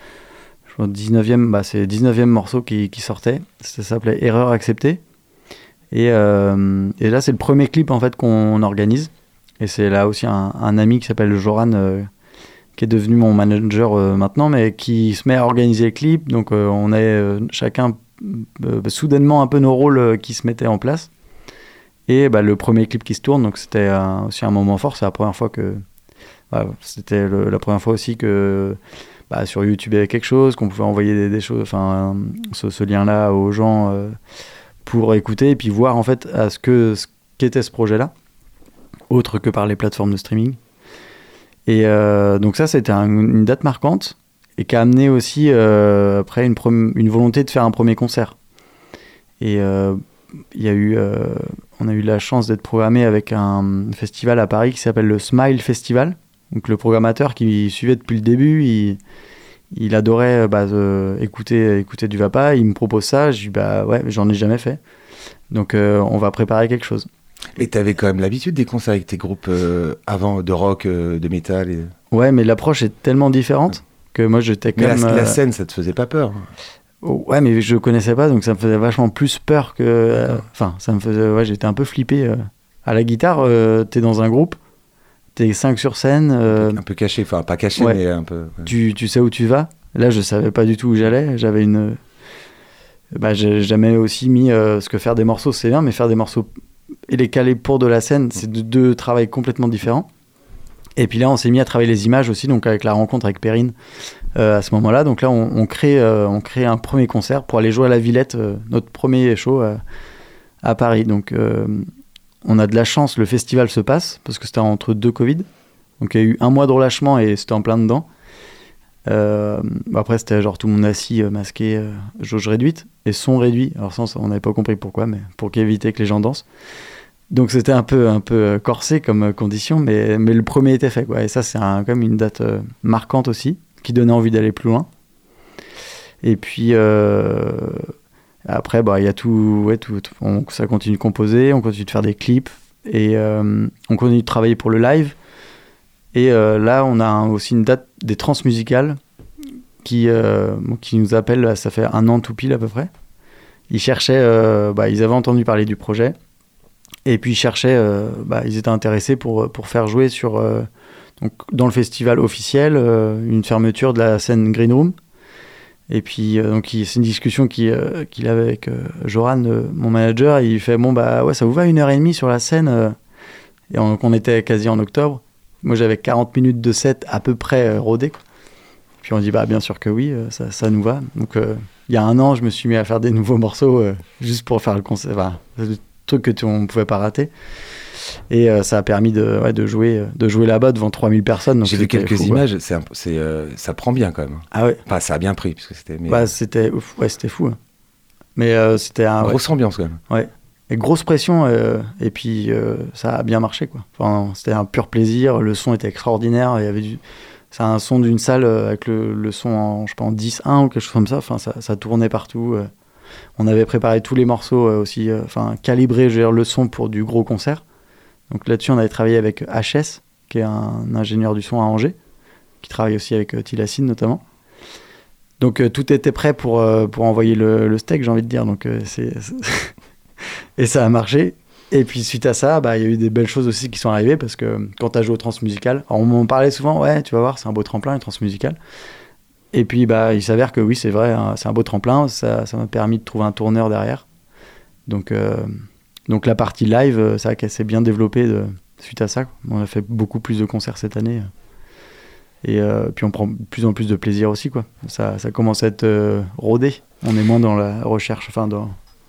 Je crois, dix-neuvième, bah, c'est le dix-neuvième morceau qui, qui sortait. Ça s'appelait « Erreur acceptée ». Et, euh, et là, c'est le premier clip en fait qu'on organise. Et c'est là aussi un, un ami qui s'appelle Joran, euh, qui est devenu mon manager euh, maintenant, mais qui se met à organiser le clip. Donc euh, on a euh, chacun euh, soudainement un peu nos rôles euh, qui se mettaient en place. Et bah, le premier clip qui se tourne, donc c'était euh, aussi un moment fort. C'est la première fois que bah, c'était le, la première fois aussi que bah, sur YouTube il y avait quelque chose, qu'on pouvait envoyer des, des choses, enfin ce, ce lien-là aux gens. Euh, pour écouter et puis voir en fait à ce que ce qu'était ce projet-là, autre que par les plateformes de streaming. Et euh, donc ça, c'était un, une date marquante et qui a amené aussi euh, après une, prom- une volonté de faire un premier concert. Et euh, il y a eu, euh, on a eu la chance d'être programmé avec un festival à Paris qui s'appelle le Smile Festival. Donc le programmateur qui suivait depuis le début, il Il adorait bah, euh, écouter, écouter du Vapa. Il me propose ça. Je dis bah ouais, j'en ai jamais fait. Donc euh, on va préparer quelque chose. Et tu avais quand même l'habitude des concerts avec tes groupes euh, avant de rock, euh, de métal et... Ouais, mais l'approche est tellement différente que moi j'étais quand Mais même. la, euh... la scène, ça te faisait pas peur? Oh, ouais, mais je connaissais pas, donc ça me faisait vachement plus peur que. Enfin, euh, ça me faisait. Ouais, j'étais un peu flippé. Euh... À la guitare, euh, t'es dans un groupe. T'es cinq sur scène. Euh, un peu caché, enfin pas caché, ouais. mais un peu... Ouais. Tu, tu sais où tu vas. Là, je savais pas du tout où j'allais. J'avais une... Bah, j'ai jamais aussi mis... Euh, parce que faire des morceaux, c'est bien, mais faire des morceaux et les caler pour de la scène, c'est deux, deux travails complètement différents. Et puis là, on s'est mis à travailler les images aussi, donc avec la rencontre avec Perrine euh, à ce moment-là. Donc là, on, on, crée, euh, on crée un premier concert pour aller jouer à la Villette, euh, notre premier show euh, à Paris. Donc... Euh, on a de la chance, le festival se passe, parce que c'était entre deux Covid. Donc il y a eu un mois de relâchement et c'était en plein dedans. Euh, après, c'était genre tout le monde assis, euh, masqué, euh, jauge réduite, et son réduit. Alors ça, on n'avait pas compris pourquoi, mais pour éviter que les gens dansent. Donc c'était un peu, un peu corsé comme condition, mais, mais le premier était fait, quoi. Et ça, c'est un, quand même une date euh, marquante aussi, qui donnait envie d'aller plus loin. Et puis... Euh, Après, bah, y a tout, ouais, tout, tout on, ça continue de composer, on continue de faire des clips et euh, on continue de travailler pour le live. Et euh, là, on a un, aussi une date des transmusicales qui, euh, qui nous appelle, ça fait un an tout pile à peu près. Ils cherchaient, euh, bah, ils avaient entendu parler du projet et puis ils cherchaient, euh, bah, ils étaient intéressés pour, pour faire jouer sur, euh, donc, dans le festival officiel euh, une fermeture de la scène Green Room. Et puis, euh, donc, il, c'est une discussion qu'il, euh, qu'il avait avec euh, Joran, euh, mon manager. Et il fait bon, bah ouais, ça vous va une heure et demie sur la scène euh, et on, on était quasi en octobre. Moi, j'avais quarante minutes de set à peu près euh, rodé, quoi. Puis on dit bah bien sûr que oui, euh, ça, ça nous va. Donc, euh, il y a un an, je me suis mis à faire des nouveaux morceaux euh, juste pour faire le concert. Enfin, le truc que tu, on ne pouvait pas rater. Et euh, ça a permis de, ouais, de, jouer, de jouer là-bas devant trois mille personnes. Donc j'ai vu quelques fou, images, ouais. c'est, un, c'est, euh, ça prend bien quand même. Ah ouais. Enfin, ça a bien pris. Parce que c'était, mais... bah, c'était, ouf, ouais, c'était fou. Hein. Mais euh, c'était un. Grosse ouais. ambiance quand même. Ouais. Et grosse pression, euh, et puis euh, ça a bien marché, quoi. Enfin, c'était un pur plaisir, le son était extraordinaire. Il y avait du... C'est un son d'une salle euh, avec le, le son en, je sais pas, en dix un ou quelque chose comme ça. Enfin, ça, ça tournait partout. Euh. On avait préparé tous les morceaux euh, aussi, euh, enfin, calibré, je veux dire, le son pour du gros concert. Donc là-dessus, on avait travaillé avec H S, qui est un ingénieur du son à Angers, qui travaille aussi avec euh, Tilacine notamment. Donc euh, tout était prêt pour, euh, pour envoyer le, le steak, j'ai envie de dire. Donc, euh, c'est, c'est... Et ça a marché. Et puis suite à ça, bah, y a eu des belles choses aussi qui sont arrivées, parce que quand tu as joué au Transmusical, alors on m'en parlait souvent, ouais, tu vas voir, c'est un beau tremplin, le Transmusical. Et puis bah, il s'avère que oui, c'est vrai, hein, c'est un beau tremplin, ça, ça m'a permis de trouver un tourneur derrière. Donc, euh, donc la partie live, c'est vrai qu'elle s'est bien développée de, suite à ça. On a fait beaucoup plus de concerts cette année. Et euh, puis on prend de plus en plus de plaisir aussi, quoi. Ça, ça commence à être euh, rodé. On est moins dans la recherche, enfin dans,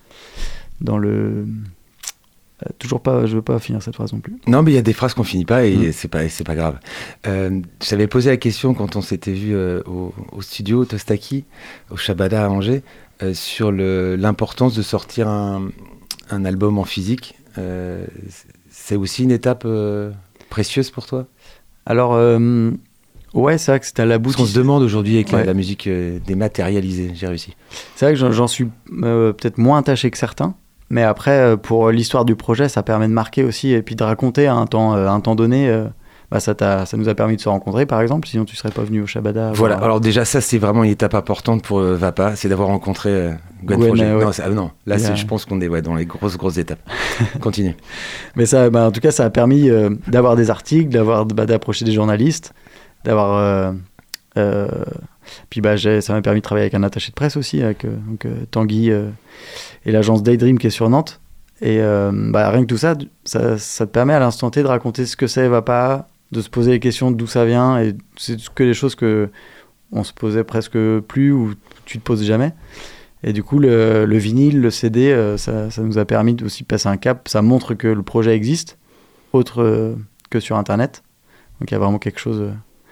dans le... Euh, toujours pas, je veux pas finir cette phrase non plus. Non, mais il y a des phrases qu'on finit pas et mmh. c'est pas, c'est pas grave. Euh, j'avais posé la question quand on s'était vu euh, au, au studio Tostaki, au Shabada à Angers, euh, sur le, l'importance de sortir un, un album en physique. Euh, c'est aussi une étape euh, précieuse pour toi ? Alors, euh, ouais, c'est vrai que c'était à la boutique. Parce qu'on se demande aujourd'hui avec ouais. la, la musique euh, dématérialisée, j'ai réussi. C'est vrai que j'en, j'en suis euh, peut-être moins attaché que certains. Mais après, pour l'histoire du projet, ça permet de marquer aussi et puis de raconter à un temps, à un temps donné. Euh, bah ça, t'a, ça nous a permis de se rencontrer, par exemple, sinon tu serais pas venu au Shabada. Voilà, voir... alors déjà, ça, c'est vraiment une étape importante pour euh, Vapa, c'est d'avoir rencontré euh, Gwen, Gwen Froger. euh, ouais. Non, ah, non, là, c'est, je pense qu'on est ouais, dans les grosses, grosses étapes. Continue. Mais ça, bah, en tout cas, ça a permis euh, d'avoir des articles, d'avoir, bah, d'approcher des journalistes, d'avoir. Euh, euh, puis bah, j'ai, ça m'a permis de travailler avec un attaché de presse aussi, avec euh, donc, euh, Tanguy euh, et l'agence Daydream qui est sur Nantes. Et euh, bah, rien que tout ça, ça, ça te permet à l'instant T de raconter ce que c'est Vapa, de se poser les questions d'où ça vient, et c'est que les choses que on se posait presque plus ou tu te poses jamais. Et du coup, le, le vinyle, le C D, euh, ça, ça nous a permis aussi de passer un cap. Ça montre que le projet existe, autre euh, que sur Internet. Donc il y a vraiment quelque chose. Euh,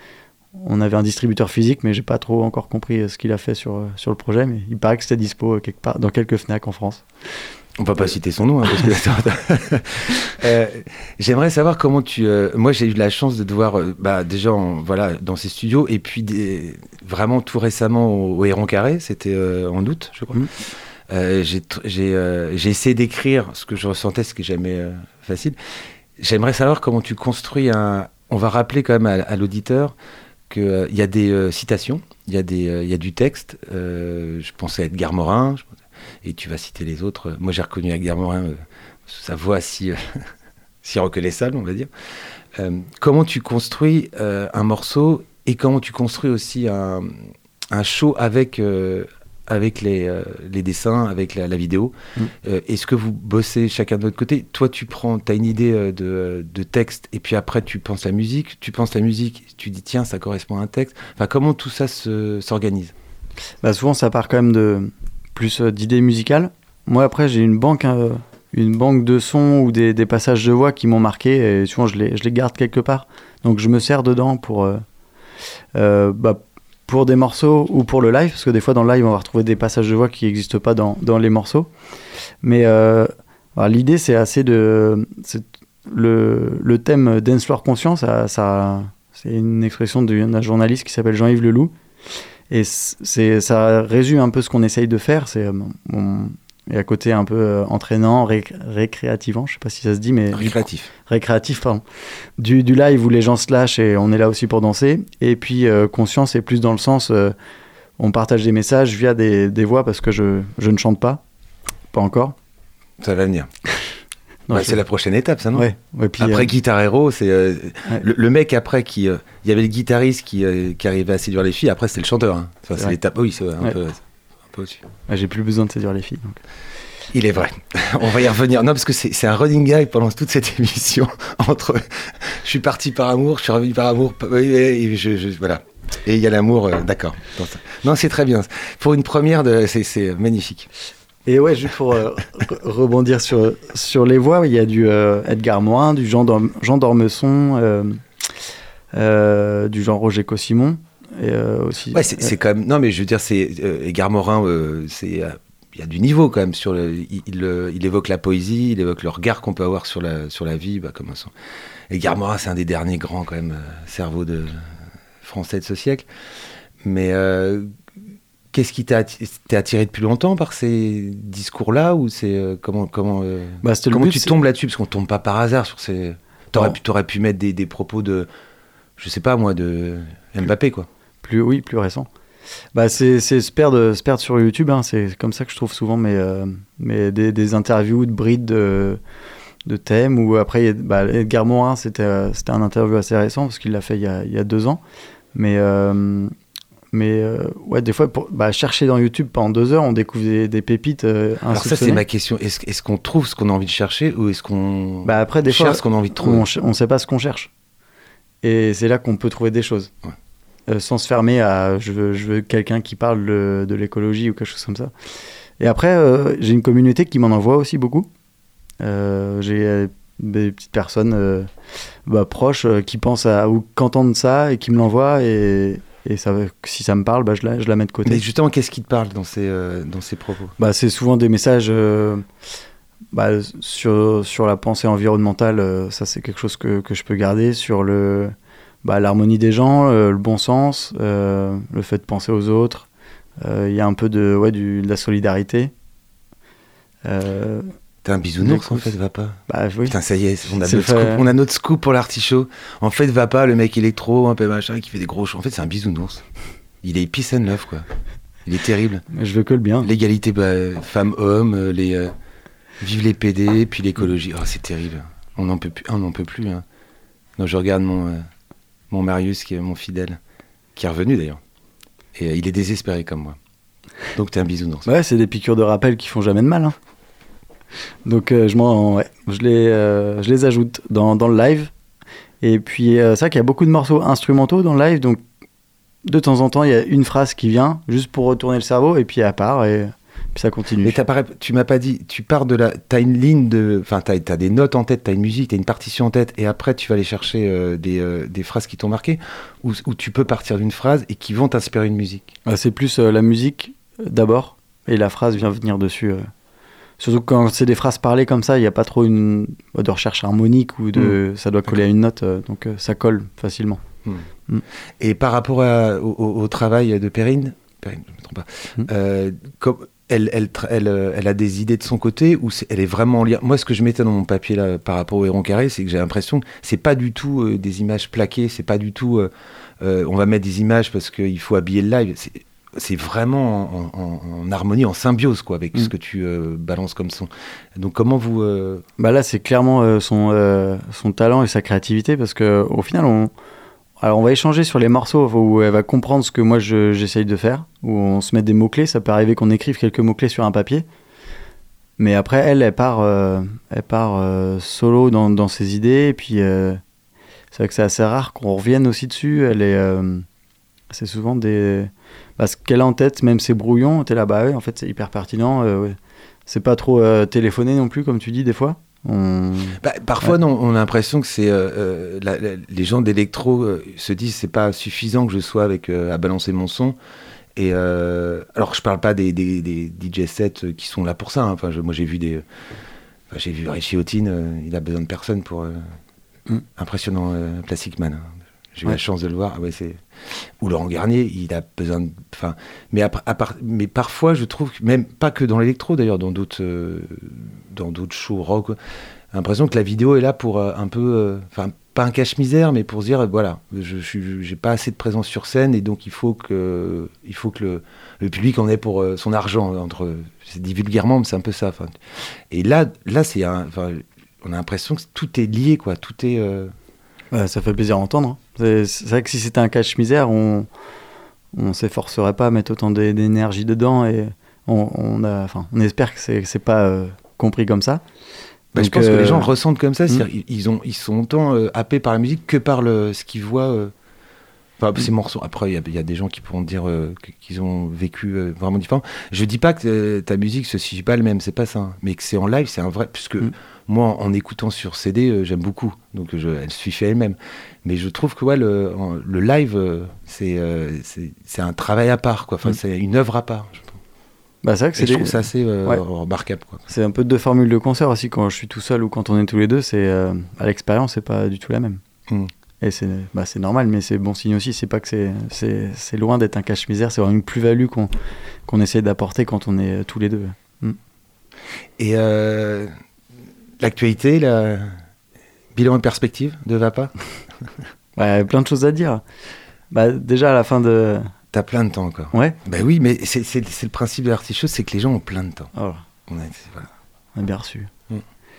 on avait un distributeur physique, mais j'ai pas trop encore compris euh, ce qu'il a fait sur, euh, sur le projet. Mais il paraît que c'était dispo euh, quelque part, dans quelques Fnac en France. On va pas citer son nom, hein, parce que euh, j'aimerais savoir comment tu. Euh, moi, j'ai eu la chance de te voir, euh, bah, déjà, en, voilà, dans ces studios, et puis des, vraiment tout récemment au, au Héron Carré, c'était euh, en août, je crois. Mmh. Euh, j'ai, j'ai, euh, j'ai essayé d'écrire ce que je ressentais, ce qui est jamais euh, facile. J'aimerais savoir comment tu construis un. On va rappeler quand même à, à l'auditeur qu'il euh, y a des euh, citations, il y a des, euh, y a du texte. Euh, je pensais à Edgar Morin. Je Et tu vas citer les autres. Moi, j'ai reconnu Edgar Morin, euh, sa voix si, euh, si reconnaissable, on va dire. Euh, comment tu construis euh, un morceau et comment tu construis aussi un, un show avec, euh, avec les, euh, les dessins, avec la, la vidéo. Mmh. Euh, est-ce que vous bossez chacun de votre côté ? Toi, tu prends, tu as une idée de, de texte et puis après, tu penses la musique. Tu penses la musique, tu dis tiens, ça correspond à un texte. Enfin, comment tout ça se, s'organise ? Bah, souvent, ça part quand même de... plus euh, d'idées musicales. Moi, après, j'ai une banque, euh, une banque de sons ou des, des passages de voix qui m'ont marqué, et souvent, je les, je les garde quelque part. Donc, je me sers dedans pour, euh, euh, bah, pour des morceaux ou pour le live, parce que des fois, dans le live, on va retrouver des passages de voix qui n'existent pas dans, dans les morceaux. Mais euh, alors, l'idée, c'est assez de... C'est le, le thème Dance Floor Conscient, ça, ça, c'est une expression d'un journaliste qui s'appelle Jean-Yves Leloup. Et c'est, ça résume un peu ce qu'on essaye de faire. C'est, on, et à côté un peu euh, entraînant, ré, récréativant, je sais pas si ça se dit, mais récréatif. Du, récréatif, pardon. Du, du live où les gens se lâchent et on est là aussi pour danser. Et puis euh, conscient, c'est plus dans le sens, euh, on partage des messages via des, des voix parce que je, je ne chante pas, pas encore. Ça va venir. Non, ouais, c'est la prochaine étape, ça, non ? Ouais. Ouais, puis, après euh... Guitar Hero, c'est euh, ouais. le, le mec après qui, il euh, y avait le guitariste qui, euh, qui arrivait à séduire les filles. Après, c'était le chanteur. Hein. Enfin, c'est, c'est l'étape. Oui, c'est un, ouais. peu, un peu au-dessus. Ouais, j'ai plus besoin de séduire les filles. Donc. Il est vrai. On va y revenir. Non, parce que c'est, c'est un running gag pendant toute cette émission. Entre, je suis parti par amour, je suis revenu par amour. Et je, je, voilà. Et il y a l'amour. Euh, d'accord. Non, c'est très bien. Pour une première, de, c'est, c'est magnifique. Et ouais, juste pour euh, rebondir sur, sur les voix, il y a du euh, Edgar Morin, du Jean, Dorme, Jean Dormesson, euh, euh, du Jean Roger Cossimon. Et, euh, aussi, ouais, c'est, euh, c'est quand même. Non, mais je veux dire, c'est euh, Edgar Morin, euh, c'est. Il euh, y a du niveau quand même sur le. Il, il, il évoque la poésie, il évoque le regard qu'on peut avoir sur la sur la vie, bah, comme un son. Edgar Morin, c'est un des derniers grands quand même euh, cerveaux de français de ce siècle. Mais euh, qu'est-ce qui t'a attiré, t'es attiré depuis longtemps par ces discours-là ou c'est euh, comment comment euh, bah, comment but, tu c'est... tombes là-dessus parce qu'on tombe pas par hasard sur ces. T'aurais, bon. pu, t'aurais pu mettre des, des propos de, je sais pas moi, de Mbappé, quoi. Plus, oui, plus récent. Bah, c'est, c'est se perdre, se perdre sur YouTube, hein, c'est comme ça que je trouve souvent mes, euh, mes, des, des interviews de brides de, de thèmes, ou après, bah, Edgar Morin, c'était, euh, c'était un interview assez récent, parce qu'il l'a fait il y a, il y a deux ans. Mais, euh, mais euh, ouais, des fois, pour, bah, chercher dans YouTube pendant deux heures, on découvre des, des pépites euh, Alors ça, c'est ma question. Est-ce, est-ce qu'on trouve ce qu'on a envie de chercher, ou est-ce qu'on bah, après, des cherche fois, ce qu'on a envie de trouver? On ne sait pas ce qu'on cherche. Et c'est là qu'on peut trouver des choses. Ouais. Euh, sans se fermer à je veux, je veux quelqu'un qui parle de, de l'écologie ou quelque chose comme ça. Et après, euh, j'ai une communauté qui m'en envoie aussi beaucoup. Euh, j'ai euh, des petites personnes euh, bah, proches euh, qui pensent à ou qui entendent ça et qui me l'envoient. Et, et ça, si ça me parle, bah, je, la, je la mets de côté. Mais justement, qu'est-ce qui te parle dans ces, euh, dans ces propos? Bah, c'est souvent des messages euh, bah, sur, sur la pensée environnementale. Euh, ça, c'est quelque chose que, que je peux garder. Sur le... Bah, l'harmonie des gens, euh, le bon sens, euh, le fait de penser aux autres. Il euh, y a un peu de, ouais, du, de la solidarité. Euh, T'es un bisounours, en fait, va pas. Bah, oui. Putain, ça y est, on a, C'est notre fait... scoop, on a notre scoop pour l'artichaut. En fait, va pas, le mec électro, un peu machin, qui fait des gros shows. En fait, c'est un bisounours. Il est peace and love, quoi. Il est terrible. Mais je veux que le bien. L'égalité bah, femmes-hommes, les, euh, vive les P D, puis l'écologie. Oh, c'est terrible. On n'en peut plus. On n'en peut plus. Hein. Non, je regarde mon... Euh, Mon Marius, qui est mon fidèle, qui est revenu d'ailleurs. Et euh, il est désespéré comme moi. Donc t'es un bisounours. Ouais, c'est des piqûres de rappel qui font jamais de mal. Hein. Donc euh, je, m'en, ouais, je, les, euh, je les ajoute dans, dans le live. Et puis euh, c'est vrai qu'il y a beaucoup de morceaux instrumentaux dans le live. Donc de temps en temps, il y a une phrase qui vient juste pour retourner le cerveau et puis elle part et puis ça continue. Mais t'as pas, tu m'as pas dit, tu pars de la... T'as une ligne de... Enfin, t'as, t'as des notes en tête, t'as une musique, t'as une partition en tête, et après tu vas aller chercher euh, des, euh, des phrases qui t'ont marqué, ou, ou tu peux partir d'une phrase et qui vont t'inspirer une musique. Ouais, c'est plus euh, la musique euh, d'abord, et la phrase vient venir dessus. Euh. Surtout quand c'est des phrases parlées comme ça, il n'y a pas trop une, de recherche harmonique, ou de, mmh. ça doit coller D'accord. à une note, euh, donc euh, ça colle facilement. Mmh. Mmh. Et par rapport à, au, au travail de Perrine, Perrine, je me trompe pas, mmh. euh, comme... Elle, elle, elle, elle a des idées de son côté, ou c'est, elle est vraiment en lien. Moi, ce que je mettais dans mon papier là, par rapport au Héron Carré, c'est que j'ai l'impression que c'est pas du tout euh, des images plaquées, c'est pas du tout euh, euh, on va mettre des images parce qu'il faut habiller le live. C'est, c'est vraiment en, en, en harmonie, en symbiose quoi, avec mmh. ce que tu euh, balances comme son. Donc, comment vous. Euh... Bah là, c'est clairement euh, son, euh, son talent et sa créativité, parce qu'au final, on. Alors, on va échanger sur les morceaux où elle va comprendre ce que moi je, j'essaye de faire, où on se met des mots-clés. Ça peut arriver qu'on écrive quelques mots-clés sur un papier. Mais après, elle, elle part, euh, elle part euh, solo dans, dans ses idées. Et puis, euh, c'est vrai que c'est assez rare qu'on revienne aussi dessus. Elle est, euh, c'est souvent des. Bah, ce qu'elle a en tête, même ses brouillons, t'es là, bah ouais, en fait, c'est hyper pertinent. Euh, ouais. C'est pas trop euh, téléphoné non plus, comme tu dis, des fois. On... Bah, parfois, ouais. non, on a l'impression que c'est euh, la, la, les gens d'électro euh, se disent c'est pas suffisant que je sois avec euh, à balancer mon son. Et euh, alors, je parle pas des, des, des D J sets qui sont là pour ça. Hein. Enfin, je, moi, j'ai vu des, enfin, j'ai vu Richie Houghton, euh, il a besoin de personne pour euh, mm. impressionnant euh, Plastic Man. Hein. J'ai eu ouais. la chance de le voir. Ah ouais, c'est... Ou Laurent Garnier, il a besoin de... Enfin, mais, à, à part... mais parfois, je trouve, que même pas que dans l'électro d'ailleurs, dans d'autres, euh, dans d'autres shows rock, j'ai l'impression que la vidéo est là pour euh, un peu... Enfin, euh, pas un cache-misère, mais pour se dire, voilà, je n'ai pas assez de présence sur scène et donc il faut que, il faut que le, le public en ait pour euh, son argent. Entre, c'est dit vulgairement, mais c'est un peu ça. Fin. Et là, là c'est un, on a l'impression que tout est lié, quoi. Tout est... Euh... Ouais, ça fait plaisir à entendre. C'est, c'est vrai que si c'était un cache-misère, on ne s'efforcerait pas à mettre autant d'énergie dedans et on, on, a, on espère que ce n'est pas euh, compris comme ça. Bah, Donc, je pense euh... que les gens le ressentent comme ça. Mmh. Ils, ils, ont, ils sont autant euh, happés par la musique que par le, ce qu'ils voient. Euh... Enfin, mmh. ces morceaux. Après, il y, y a des gens qui pourront dire euh, qu'ils ont vécu euh, vraiment différent. Je dis pas que euh, ta musique se situe pas le même, c'est pas ça. Hein, mais que c'est en live, c'est un vrai. Puisque mmh. moi, en, en écoutant sur C D, euh, j'aime beaucoup. Donc, je, elle suit fait elle-même. Mais je trouve que ouais, le, en, le live, euh, c'est, euh, c'est, c'est un travail à part, quoi. Enfin, mmh. c'est une œuvre à part. Je Bah, c'est vrai que c'est je des... trouve ça assez euh, ouais. remarquable, quoi. C'est un peu deux formules de concert aussi, quand je suis tout seul ou quand on est tous les deux, c'est euh, à l'expérience c'est pas du tout la même. Mm. Et c'est, bah, c'est normal, mais c'est bon signe aussi, c'est pas que c'est, c'est, c'est loin d'être un cache-misère, c'est vraiment une plus-value qu'on, qu'on essaie d'apporter quand on est tous les deux. Mm. Et euh, l'actualité, là, Bilan et perspective de Vapa. Ouais, plein de choses à dire. Bah, déjà, à la fin de... T'as plein de temps encore. Ouais. Bah oui, mais c'est, c'est, c'est le principe de l'artichaut, c'est que les gens ont plein de temps. Oh, On a, c'est, voilà. on a bien reçu. Mm.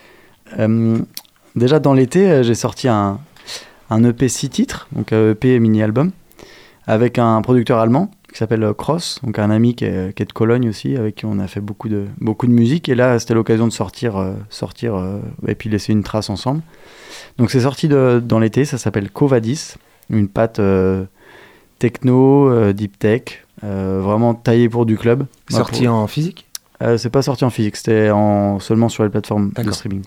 Euh, déjà, dans l'été, euh, j'ai sorti un, un E P six titres, donc un E P mini-album, avec un producteur allemand qui s'appelle Cross, donc un ami qui est, qui est de Cologne aussi, avec qui on a fait beaucoup de, beaucoup de musique. Et là, c'était l'occasion de sortir, euh, sortir euh, et puis laisser une trace ensemble. Donc c'est sorti de, dans l'été, ça s'appelle Covadis, une pâte euh, techno, euh, deep tech, euh, vraiment taillée pour du club. Sorti bah, pour... en physique euh, C'est pas sorti en physique, c'était en... seulement sur les plateformes D'accord. de streaming.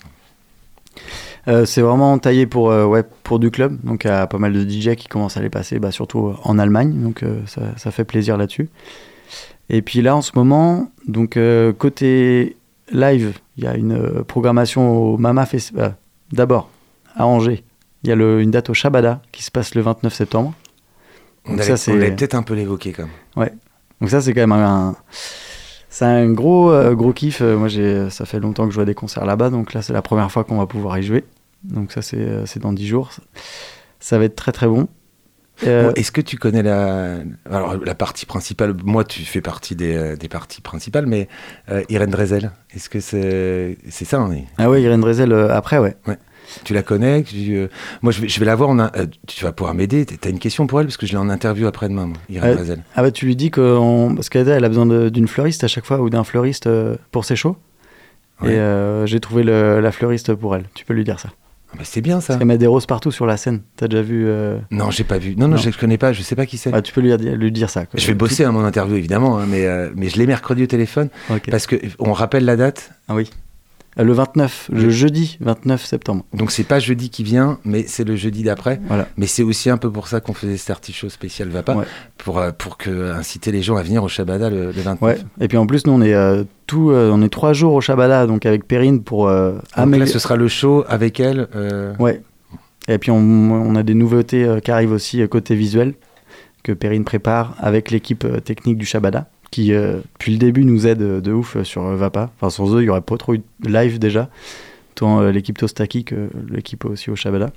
Euh, c'est vraiment taillé pour, euh, ouais, pour du club, donc il y a pas mal de D J qui commencent à les passer, bah, surtout en Allemagne, donc euh, ça, ça fait plaisir là-dessus. Et puis là en ce moment, donc euh, côté live, il y a une euh, programmation au Mama Festival. Euh, d'abord, à Angers, il y a le, une date au Shabada qui se passe le vingt-neuf septembre. On, Donc avait, ça, c'est... on l'avait peut-être un peu l'évoqué quand même. Ouais, donc ça c'est quand même un... C'est un gros, euh, gros kiff. Euh, moi, j'ai, ça fait longtemps que je joue à des concerts là-bas, donc là, c'est la première fois qu'on va pouvoir y jouer. Donc ça, c'est, euh, c'est dans dix jours. Ça va être très, très bon. Euh... Bon, est-ce que tu connais la... Alors, la partie principale, moi, tu fais partie des, euh, des parties principales, mais euh, Irène Drezel, est-ce que c'est, c'est ça hein Ah ouais, Irène Drezel, euh, après, ouais. Ouais. Tu la connais tu, euh... Moi, je vais, je vais la voir. En un... euh, tu vas pouvoir m'aider. T'as une question pour elle parce que je l'ai en interview après-demain, moi, Irène euh, Drezel. Ah bah, tu lui dis que on... parce qu'elle elle a besoin de, d'une fleuriste à chaque fois ou d'un fleuriste euh, pour ses shows. Ouais. Et euh, j'ai trouvé le, la fleuriste pour elle. Tu peux lui dire ça. Ah bah, c'est bien ça. Parce qu'elle met des roses partout sur la scène. T'as déjà vu euh... Non, j'ai pas vu. Non, non, non. Je ne connais pas. Je sais pas qui c'est. Ah, tu peux lui dire, lui dire ça. Quoi. Je vais bosser à mon interview évidemment, hein, mais euh, mais je l'ai mercredi au téléphone okay. Parce que on rappelle la date. Ah oui. Le vingt-neuf, le jeudi vingt-neuf septembre. Donc c'est pas jeudi qui vient, mais c'est le jeudi d'après. Voilà. Mais c'est aussi un peu pour ça qu'on faisait cet artichaut spécial Vapa, ouais. pour euh, pour que inciter les gens à venir au Shabada le, le vingt-neuf. Ouais. Et puis en plus nous on est euh, tout, euh, on est trois jours au Shabada, donc avec Perrine pour. Euh, donc améliorer... là ce sera le show avec elle. Euh... Ouais. Et puis on, on a des nouveautés euh, qui arrivent aussi euh, côté visuel que Perrine prépare avec l'équipe euh, technique du Shabada, qui euh, depuis le début nous aide de, de ouf sur euh, Vapa. Enfin sans eux il y aurait pas trop eu de live déjà, tant euh, l'équipe Tostaki que l'équipe aussi au Shabada.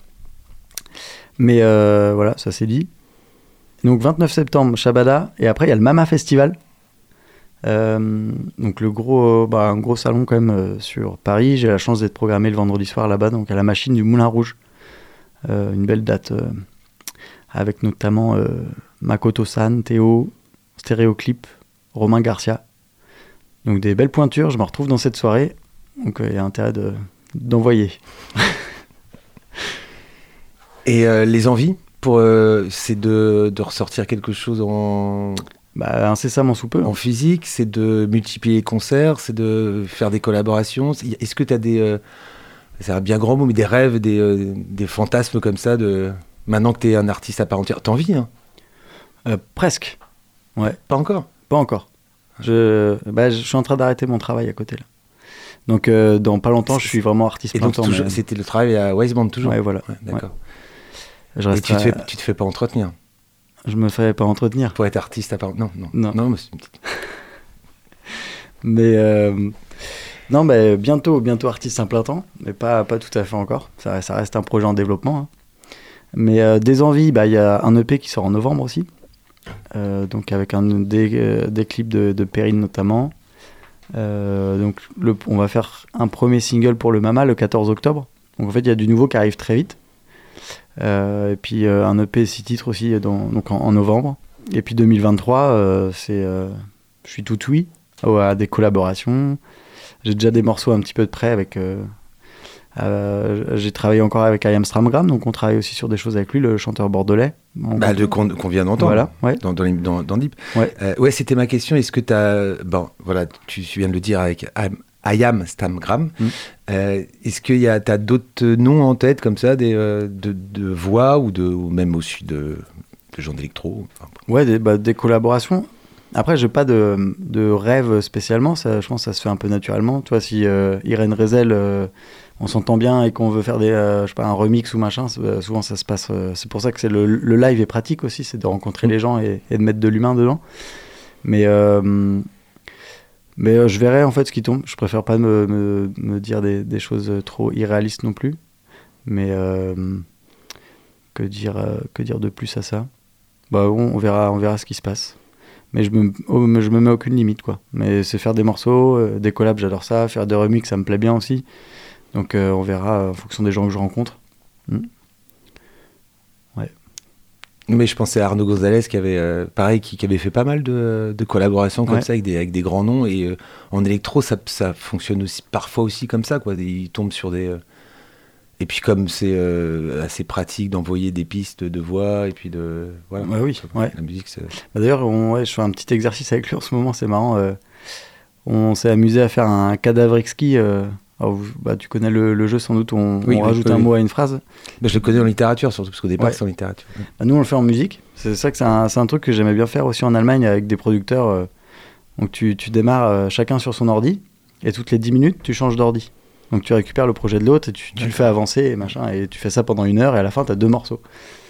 Mais euh, voilà, ça c'est dit. Donc vingt-neuf septembre Shabada, et après il y a le Mama Festival. Euh, donc le gros, bah, un gros salon quand même euh, sur Paris. J'ai la chance d'être programmé le vendredi soir là-bas, donc à la machine du Moulin Rouge. Euh, une belle date euh, avec notamment euh, Makoto San, Théo, Stéréoclip, Romain Garcia. Donc des belles pointures, je me retrouve dans cette soirée, donc il euh, y a intérêt de, d'envoyer. Et euh, les envies pour, euh, c'est de, de ressortir quelque chose en... Bah, incessamment sous peu. En physique, c'est de multiplier les concerts, c'est de faire des collaborations. Est-ce que tu as des... Euh, c'est un bien grand mot, mais des rêves, des, euh, des fantasmes comme ça, de... maintenant que tu es un artiste à part entière. T'as envie, hein euh, Presque. Ouais. Pas encore Pas encore. Je, bah, je suis en train d'arrêter mon travail à côté là. Donc euh, dans pas longtemps, je suis vraiment artiste. Et donc temps, toujours, mais... c'était le travail à Wiseband toujours. Ouais, voilà. Ouais, d'accord. Ouais. Je reste Et tu, à... te fais, tu te fais pas entretenir? Je me fais pas entretenir. Pour être artiste à part... Non, non. Non, non mais c'est une petite... mais euh... non, mais bientôt, bientôt artiste à plein temps, mais pas, pas tout à fait encore. Ça, ça reste un projet en développement. Hein. Mais euh, des envies, bah, y a un E P qui sort en novembre aussi. Euh, donc avec un, des, euh, des clips de, de Perrine notamment. Euh, donc le, on va faire un premier single pour le Mama le quatorze octobre. Donc en fait il y a du nouveau qui arrive très vite. Euh, et puis euh, un E P six titres aussi dans, donc en, en novembre. Et puis deux mille vingt-trois, euh, c'est, euh, je suis tout oui à des collaborations. J'ai déjà des morceaux un petit peu de près avec... Euh, Euh, j'ai travaillé encore avec I Am Stramgram, donc on travaille aussi sur des choses avec lui, le chanteur bordelais. Bah, de, qu'on, qu'on vient d'entendre voilà, ouais. dans, dans, dans, dans Deep. Ouais. Euh, ouais, c'était ma question. Est-ce que tu as. Bon, voilà, tu viens de le dire avec I Am Stramgram. Mm. Euh, est-ce que tu as d'autres noms en tête, comme ça, des, euh, de, de voix ou, de, ou même aussi de, de gens d'électro? Enfin, ouais, des, bah, des collaborations. Après, j'ai pas de, de rêve spécialement. Ça, je pense que ça se fait un peu naturellement. Tu vois, si euh, Irène Drezel. Euh, on s'entend bien et qu'on veut faire des, euh, je sais pas, un remix ou machin, euh, souvent ça se passe. Euh, c'est pour ça que c'est le, le live est pratique aussi, c'est de rencontrer les gens et, et de mettre de l'humain dedans. Mais, euh, mais euh, je verrai en fait ce qui tombe. Je préfère pas me, me, me dire des, des choses trop irréalistes non plus. Mais euh, que dire, euh, que dire de plus à ça? Bah, on, on verra, on verra ce qui se passe. Mais je me, oh, je me mets aucune limite, quoi. Mais c'est faire des morceaux, euh, des collabs, j'adore ça. Faire des remixes, ça me plaît bien aussi. Donc euh, on verra en fonction des gens que je rencontre. Mm. Ouais. Mais je pensais à Arnaud Gonzalez qui avait, euh, pareil, qui, qui avait fait pas mal de, de collaborations comme ouais. ça avec des, avec des grands noms. Et euh, en électro, ça, ça fonctionne aussi parfois aussi comme ça, quoi. Il tombe sur des... Euh... Et puis comme c'est euh, assez pratique d'envoyer des pistes de voix et puis de... Voilà. Bah oui, ouais. La musique, c'est... Bah d'ailleurs, on, ouais, je fais un petit exercice avec lui en ce moment, c'est marrant. Euh, on s'est amusé à faire un cadavre exquis. Euh, alors, bah, tu connais le, le jeu sans doute, on, oui, on oui, rajoute oui, un oui. mot à une phrase. Bah, je le connais en littérature surtout, parce qu'au départ ouais. c'est en littérature. Bah, nous on le fait en musique, c'est ça que c'est un, c'est un truc que j'aimais bien faire aussi en Allemagne avec des producteurs. Euh, donc tu, tu démarres euh, chacun sur son ordi, et toutes les dix minutes tu changes d'ordi. Donc tu récupères le projet de l'autre et tu, tu le fais avancer et machin, et tu fais ça pendant une heure et à la fin tu as deux morceaux.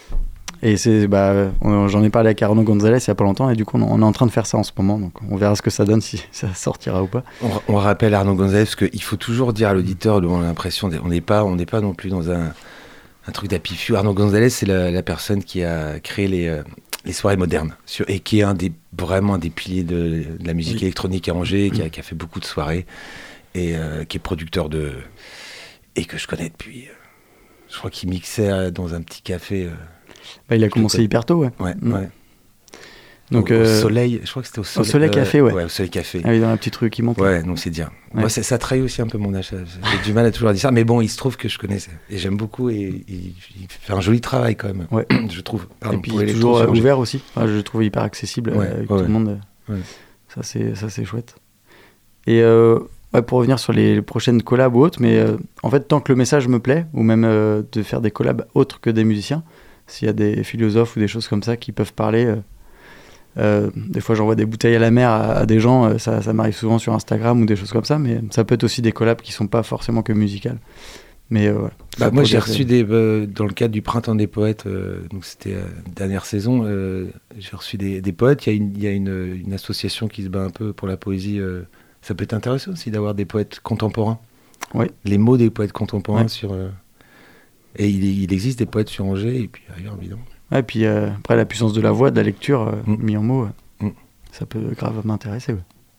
Et c'est, bah, on, j'en ai parlé avec Arnaud Gonzalez il y a pas longtemps et du coup on, on est en train de faire ça en ce moment, donc on verra ce que ça donne, si ça sortira ou pas. On, on rappelle Arnaud Gonzalez parce qu'il faut toujours dire à l'auditeur, on a l'impression, on n'est pas, on n'est pas non plus dans un, un truc d'happy few. Arnaud Gonzalez c'est la, la personne qui a créé les, euh, les soirées modernes sur, et qui est un des, vraiment un des piliers de, de la musique oui. électronique à Angers, qui a, qui a fait beaucoup de soirées. Et euh, qui est producteur de... Et que je connais depuis... Euh, je crois qu'il mixait dans un petit café. Euh, bah, il a commencé connais. hyper tôt, ouais. Ouais, mmh. ouais. Donc, au, euh, au Soleil, je crois que c'était au Soleil. Au Soleil Café, ouais. Ouais, au Soleil Café. Ah oui, dans la petite rue qui monte. Ouais, donc c'est dire. Ouais. Moi, ça, ça trahit aussi un peu mon âge. J'ai du mal à toujours dire ça. Mais bon, il se trouve que je connais ça. Et j'aime beaucoup. Et, et il fait un joli travail quand même. Ouais. Je trouve. Pardon, et puis il est toujours euh, ouvert aussi. Enfin, je le trouve hyper accessible ouais, avec ouais, tout ouais. le monde. Ouais. Ça, c'est, ça, c'est chouette. Et... Euh, Ouais, pour revenir sur les prochaines collabs ou autres, mais euh, en fait, tant que le message me plaît, ou même euh, de faire des collabs autres que des musiciens, s'il y a des philosophes ou des choses comme ça qui peuvent parler, euh, euh, des fois j'envoie des bouteilles à la mer à, à des gens, euh, ça, ça m'arrive souvent sur Instagram ou des choses comme ça, mais ça peut être aussi des collabs qui sont pas forcément que musicales. Mais euh, voilà. Bah, moi j'ai reçu que... des euh, dans le cadre du Printemps des Poètes, euh, donc c'était euh, dernière saison, euh, j'ai reçu des, des poètes. Il y a, une, il y a une, une association qui se bat un peu pour la poésie. Euh, ça peut être intéressant aussi d'avoir des poètes contemporains. Oui. Les mots des poètes contemporains ouais. sur. Euh, et il, il existe des poètes sur Angers et puis ailleurs évidemment. Ouais, et puis euh, après la puissance de la voix, de la lecture euh, mm. mis en mots, euh, mm. ça peut grave m'intéresser. Ouais.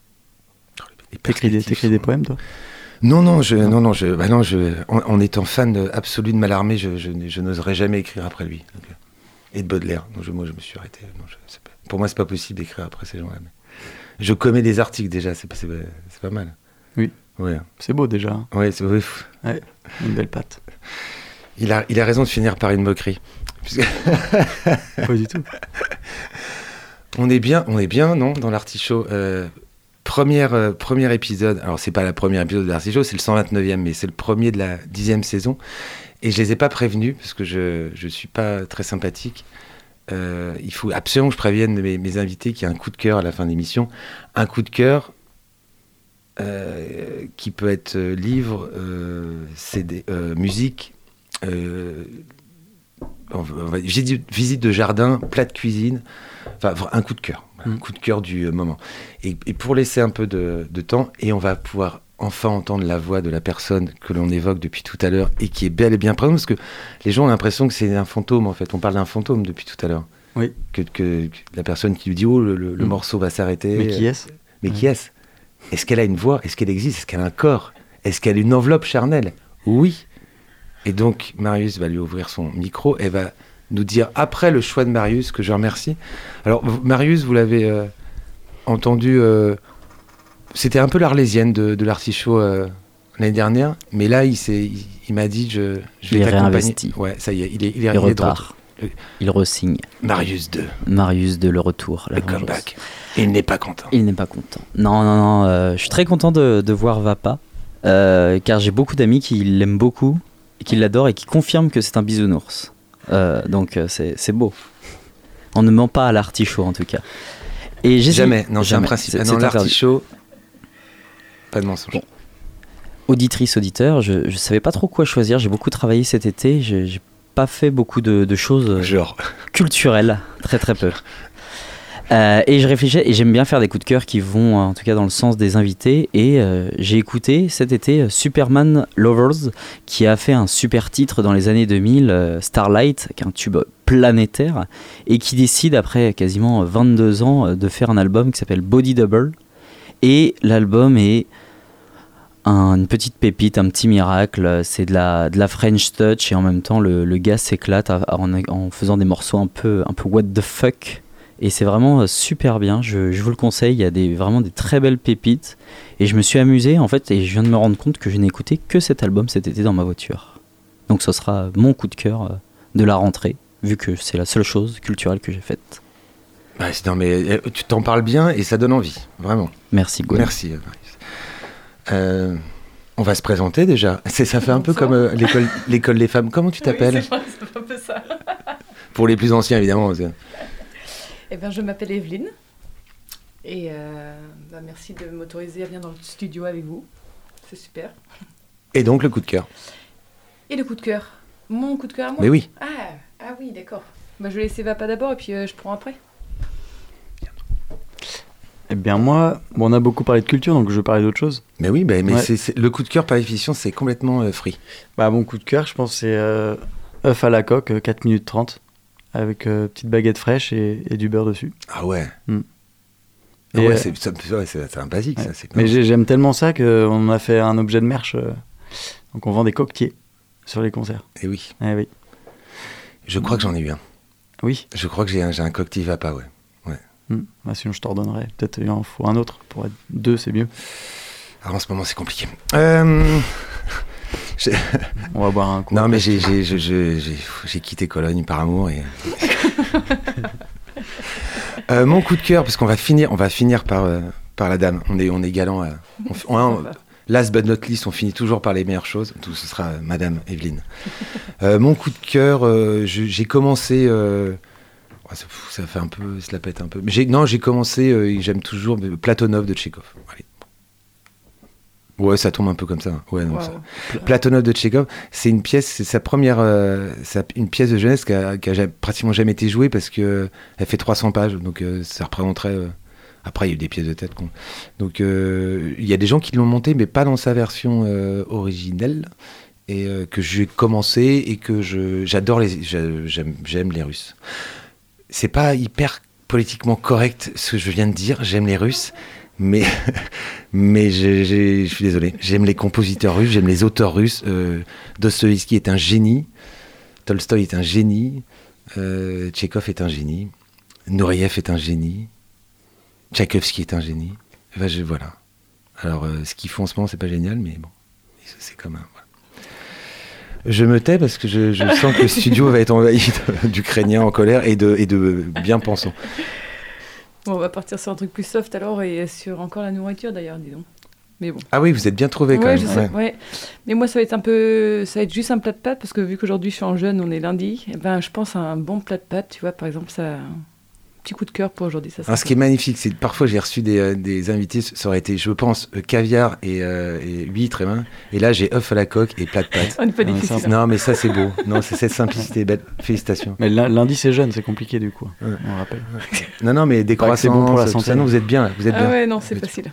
Les t'écris des, t'écris des poèmes toi? Non, non, je, non, non, je, bah non, je, en, en étant fan absolu de Mallarmé, je, je, je n'oserais jamais écrire après lui. Donc, et de Baudelaire. Donc, je, moi, je me suis arrêté. Non, je, c'est pas, pour moi, c'est pas possible d'écrire après ces gens-là. Mais je commets des articles déjà, c'est, c'est, c'est pas mal. Oui. Ouais. C'est beau déjà. Hein. Ouais, c'est oui. Ouais, une belle patte. Il a, il a raison de finir par une moquerie. Puisque... pas du tout. On est bien, on est bien, non, dans l'Artichaut. Euh, Première, euh, premier épisode, alors c'est pas la première épisode de l'Artichaut, c'est le cent vingt-neuvième, mais c'est le premier de la dixième saison. Et je les ai pas prévenus, parce que je je suis pas très sympathique. Euh, il faut absolument que je prévienne mes, mes invités qu'il y a un coup de cœur à la fin de l'émission. Un coup de cœur euh, qui peut être euh, livre, euh, C D, euh, musique, euh, on va, on va, visite de jardin, plat de cuisine, enfin un coup de cœur. Un coup de cœur du moment. Et, et pour laisser un peu de, de temps, et on va pouvoir enfin entendre la voix de la personne que l'on évoque depuis tout à l'heure et qui est bel et bien présente, parce que les gens ont l'impression que c'est un fantôme, en fait. On parle d'un fantôme depuis tout à l'heure. Oui. Que, que, que la personne qui lui dit « Oh, le, le, le mmh. morceau va s'arrêter. » Mais qui est-ce ? Mais ouais. qui est-ce ? Est-ce qu'elle a une voix ? Est-ce qu'elle existe ? Est-ce qu'elle a un corps ? Est-ce qu'elle a une enveloppe charnelle ? Oui. Et donc, Marius va lui ouvrir son micro et va nous dire, après le choix de Marius, que je remercie. Alors, Marius, vous l'avez euh, entendu, euh, c'était un peu l'Arlésienne de, de l'Artichaut euh, l'année dernière, mais là, il, s'est, il, il m'a dit, je, je vais il t'accompagner. Réinvesti. Ouais, ça y est, il est, il est il arrivé repart. de retour. Il re-signe. Marius deux. Marius deux, le retour. Le comeback. Et il n'est pas content. Il n'est pas content. Non, non, non, euh, je suis très content de, de voir Vapa, euh, car j'ai beaucoup d'amis qui l'aiment beaucoup, et qui l'adorent et qui confirment que c'est un bisounours. Euh, donc euh, c'est, c'est beau. On ne ment pas à l'Artichaut en tout cas. Et jamais, non, jamais. c'est un principe. C'est, ah non, l'Artichaut, pas de mensonge. Bon. Auditrice, auditeur, je ne savais pas trop quoi choisir. J'ai beaucoup travaillé cet été. J'ai, j'ai pas fait beaucoup de, de choses genre culturelles, très très peu. Euh, et je réfléchis, et j'aime bien faire des coups de cœur qui vont en tout cas dans le sens des invités. Et euh, j'ai écouté cet été Superman Lovers, qui a fait un super titre dans les années deux mille, euh, Starlight, qui est un tube planétaire, et qui décide après quasiment vingt-deux ans de faire un album qui s'appelle Body Double. Et l'album est un, une petite pépite, un petit miracle. C'est de la, de la French touch, et en même temps le, le gars s'éclate à, à, en, en faisant des morceaux un peu, un peu what the fuck. Et c'est vraiment super bien, je, je vous le conseille, il y a des, vraiment des très belles pépites. Et je me suis amusé en fait, et je viens de me rendre compte que je n'ai écouté que cet album cet été dans ma voiture. Donc ce sera mon coup de cœur de la rentrée, vu que c'est la seule chose culturelle que j'ai faite. Bah, non, mais tu t'en parles bien et ça donne envie, vraiment. Merci Gwen. Merci. Euh, on va se présenter déjà. C'est, ça fait un peu comme euh, l'école, l'école des femmes. Comment tu t'appelles ? Oui, c'est, vrai, c'est un peu ça. Pour les plus anciens, évidemment. Eh bien, je m'appelle Evelyne. Et euh, bah, merci de m'autoriser à venir dans le studio avec vous. C'est super. Et donc, le coup de cœur. Et le coup de cœur. Mon coup de cœur à moi ? Mais oui. Ah, ah oui, d'accord. Bah, je vais laisser Vapa d'abord et puis euh, je prends après. Eh bien moi, bon, on a beaucoup parlé de culture, donc je vais parler d'autre chose. Mais oui, bah, mais ouais. c'est, c'est, le coup de cœur par définition, c'est complètement euh, free. Bah, mon coup de cœur, je pense, c'est euh, œuf à la coque, euh, quatre minutes trente, avec euh, petite baguette fraîche et, et du beurre dessus. Ah ouais. Mm. Ah Et ouais, euh, c'est, c'est, ouais, c'est, c'est un basique, ouais. ça. C'est Mais j'ai, j'aime tellement ça qu'on a fait un objet de merch. Euh, donc on vend des coquetiers sur les concerts. Et oui. Eh oui. Je crois que j'en ai eu un. Oui. Je crois que j'ai un, j'ai un cocktail Vapa, ouais. Mmh. Bah, sinon je t'en redonnerai. Peut-être il en faut un autre. Pour être deux, c'est mieux. Alors en ce moment, c'est compliqué. Euh... j'ai... On va boire un coup. Non, mais j'ai, j'ai, j'ai, j'ai, j'ai, j'ai quitté Cologne par amour. Et... euh, mon coup de cœur, parce qu'on va finir, on va finir par, euh, par la dame. On est, on est galant. Euh, on, on, on, last but not least, on finit toujours par les meilleures choses. Tout ce sera euh, Madame Evelyne. euh, mon coup de cœur, euh, je, j'ai commencé... Euh, Ça, ça fait un peu, ça la pète un peu. Mais j'ai, non, j'ai commencé, euh, j'aime toujours Platonov de Tchekhov. Allez. Ouais, ça tombe un peu comme ça. Ouais, non, Wow. ça. Platonov de Tchekhov, c'est une pièce, c'est sa première, euh, sa, une pièce de jeunesse qui a, qui a pratiquement jamais été jouée parce que elle fait trois cents pages, donc euh, ça représenterait. Euh, après, il y a eu des pièces de tête. Quoi. Donc, euh, il y a des gens qui l'ont montée, mais pas dans sa version euh, originelle. Et euh, que j'ai commencé et que je, j'adore les, j'aime, j'aime les Russes. C'est pas hyper politiquement correct ce que je viens de dire, j'aime les Russes, mais, mais j'ai, j'ai, je suis désolé, j'aime les compositeurs russes, j'aime les auteurs russes. Euh, Dostoïevski est un génie, Tolstoï est un génie, euh, Tchekhov est un génie, Nureyev est un génie, Tchaïkovski est un génie. Enfin, je, voilà. Alors, euh, ce qu'ils font en ce moment, c'est pas génial, mais bon, c'est comme un... Je me tais parce que je, je sens que le studio va être envahi de, d'Ukrainiens en colère et de, et de bien-pensants. Bon, on va partir sur un truc plus soft alors et sur encore la nourriture d'ailleurs, dis donc. Mais bon. Ah oui, vous êtes bien trouvé quand ouais, même. Je sais, ouais. ouais. Mais moi, ça va être un peu, ça va être juste un plat de pâtes parce que vu qu'aujourd'hui je suis en jeûne, on est lundi. Et ben, je pense à un bon plat de pâtes, tu vois, par exemple, ça. Petit coup de cœur pour aujourd'hui. Ça Alors, ce qui est magnifique, c'est que parfois j'ai reçu des, euh, des invités, ça aurait été, je pense, euh, caviar et, euh, et huîtres et main. Et là, j'ai œuf à la coque et plat de pâtes. On n'est pas difficile. Non, mais ça, c'est beau. Non, c'est cette simplicité belle. Félicitations. Mais lundi, c'est jeune, c'est compliqué du coup. Ouais. On rappelle. Non, non, mais des croissants, c'est bon pour la tout santé. ça, non, vous êtes bien. Vous êtes Ah bien. ouais, non, c'est Mais facile.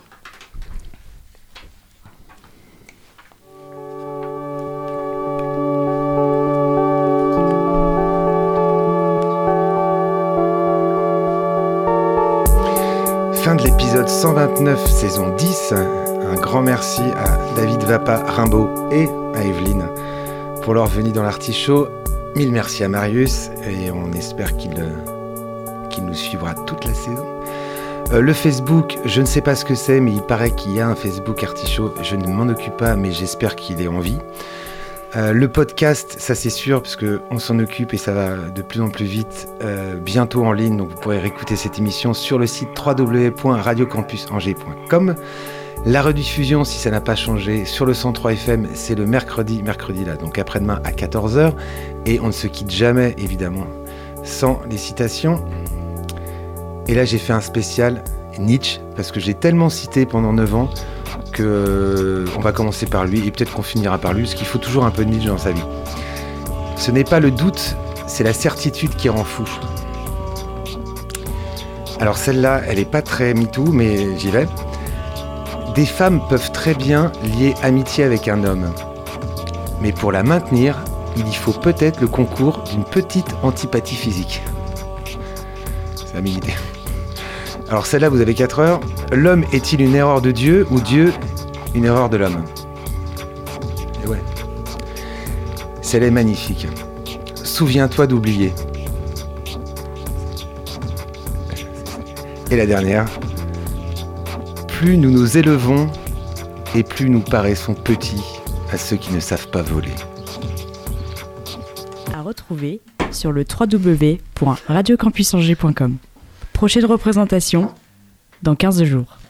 Fin de l'épisode cent vingt-neuf, saison dix. Un grand merci à David Vapa Rimbaud et à Evelyne pour leur venue dans l'Artichaut. Mille merci à Marius et on espère qu'il, euh, qu'il nous suivra toute la saison. Euh, le Facebook, je ne sais pas ce que c'est, mais il paraît qu'il y a un Facebook Artichaut. Je ne m'en occupe pas, mais j'espère qu'il est en vie. Euh, le podcast, ça c'est sûr, parce qu'on s'en occupe et ça va de plus en plus vite, euh, bientôt en ligne, donc vous pourrez réécouter cette émission sur le site w w w point radio campus angers point com. La rediffusion, si ça n'a pas changé, sur le cent trois F M, c'est le mercredi, mercredi là, donc après-demain à quatorze heures, et on ne se quitte jamais, évidemment, sans les citations. Et là, j'ai fait un spécial Nietzsche, parce que j'ai tellement cité pendant neuf ans, que euh, on va commencer par lui et peut-être qu'on finira par lui, parce qu'il faut toujours un peu de Nietzsche dans sa vie. Ce n'est pas le doute, c'est la certitude qui rend fou. Alors celle-là, elle n'est pas très MeToo, mais j'y vais. Des femmes peuvent très bien lier amitié avec un homme. Mais pour la maintenir, il y faut peut-être le concours d'une petite antipathie physique. C'est la même idée. Alors celle-là, vous avez quatre heures. L'homme est-il une erreur de Dieu ou Dieu une erreur de l'homme ? Et ouais. Celle-là est magnifique. Souviens-toi d'oublier. Et la dernière. Plus nous nous élevons et plus nous paraissons petits à ceux qui ne savent pas voler. À retrouver sur le w w w point radio campus angers point com. Prochaine représentation dans quinze jours.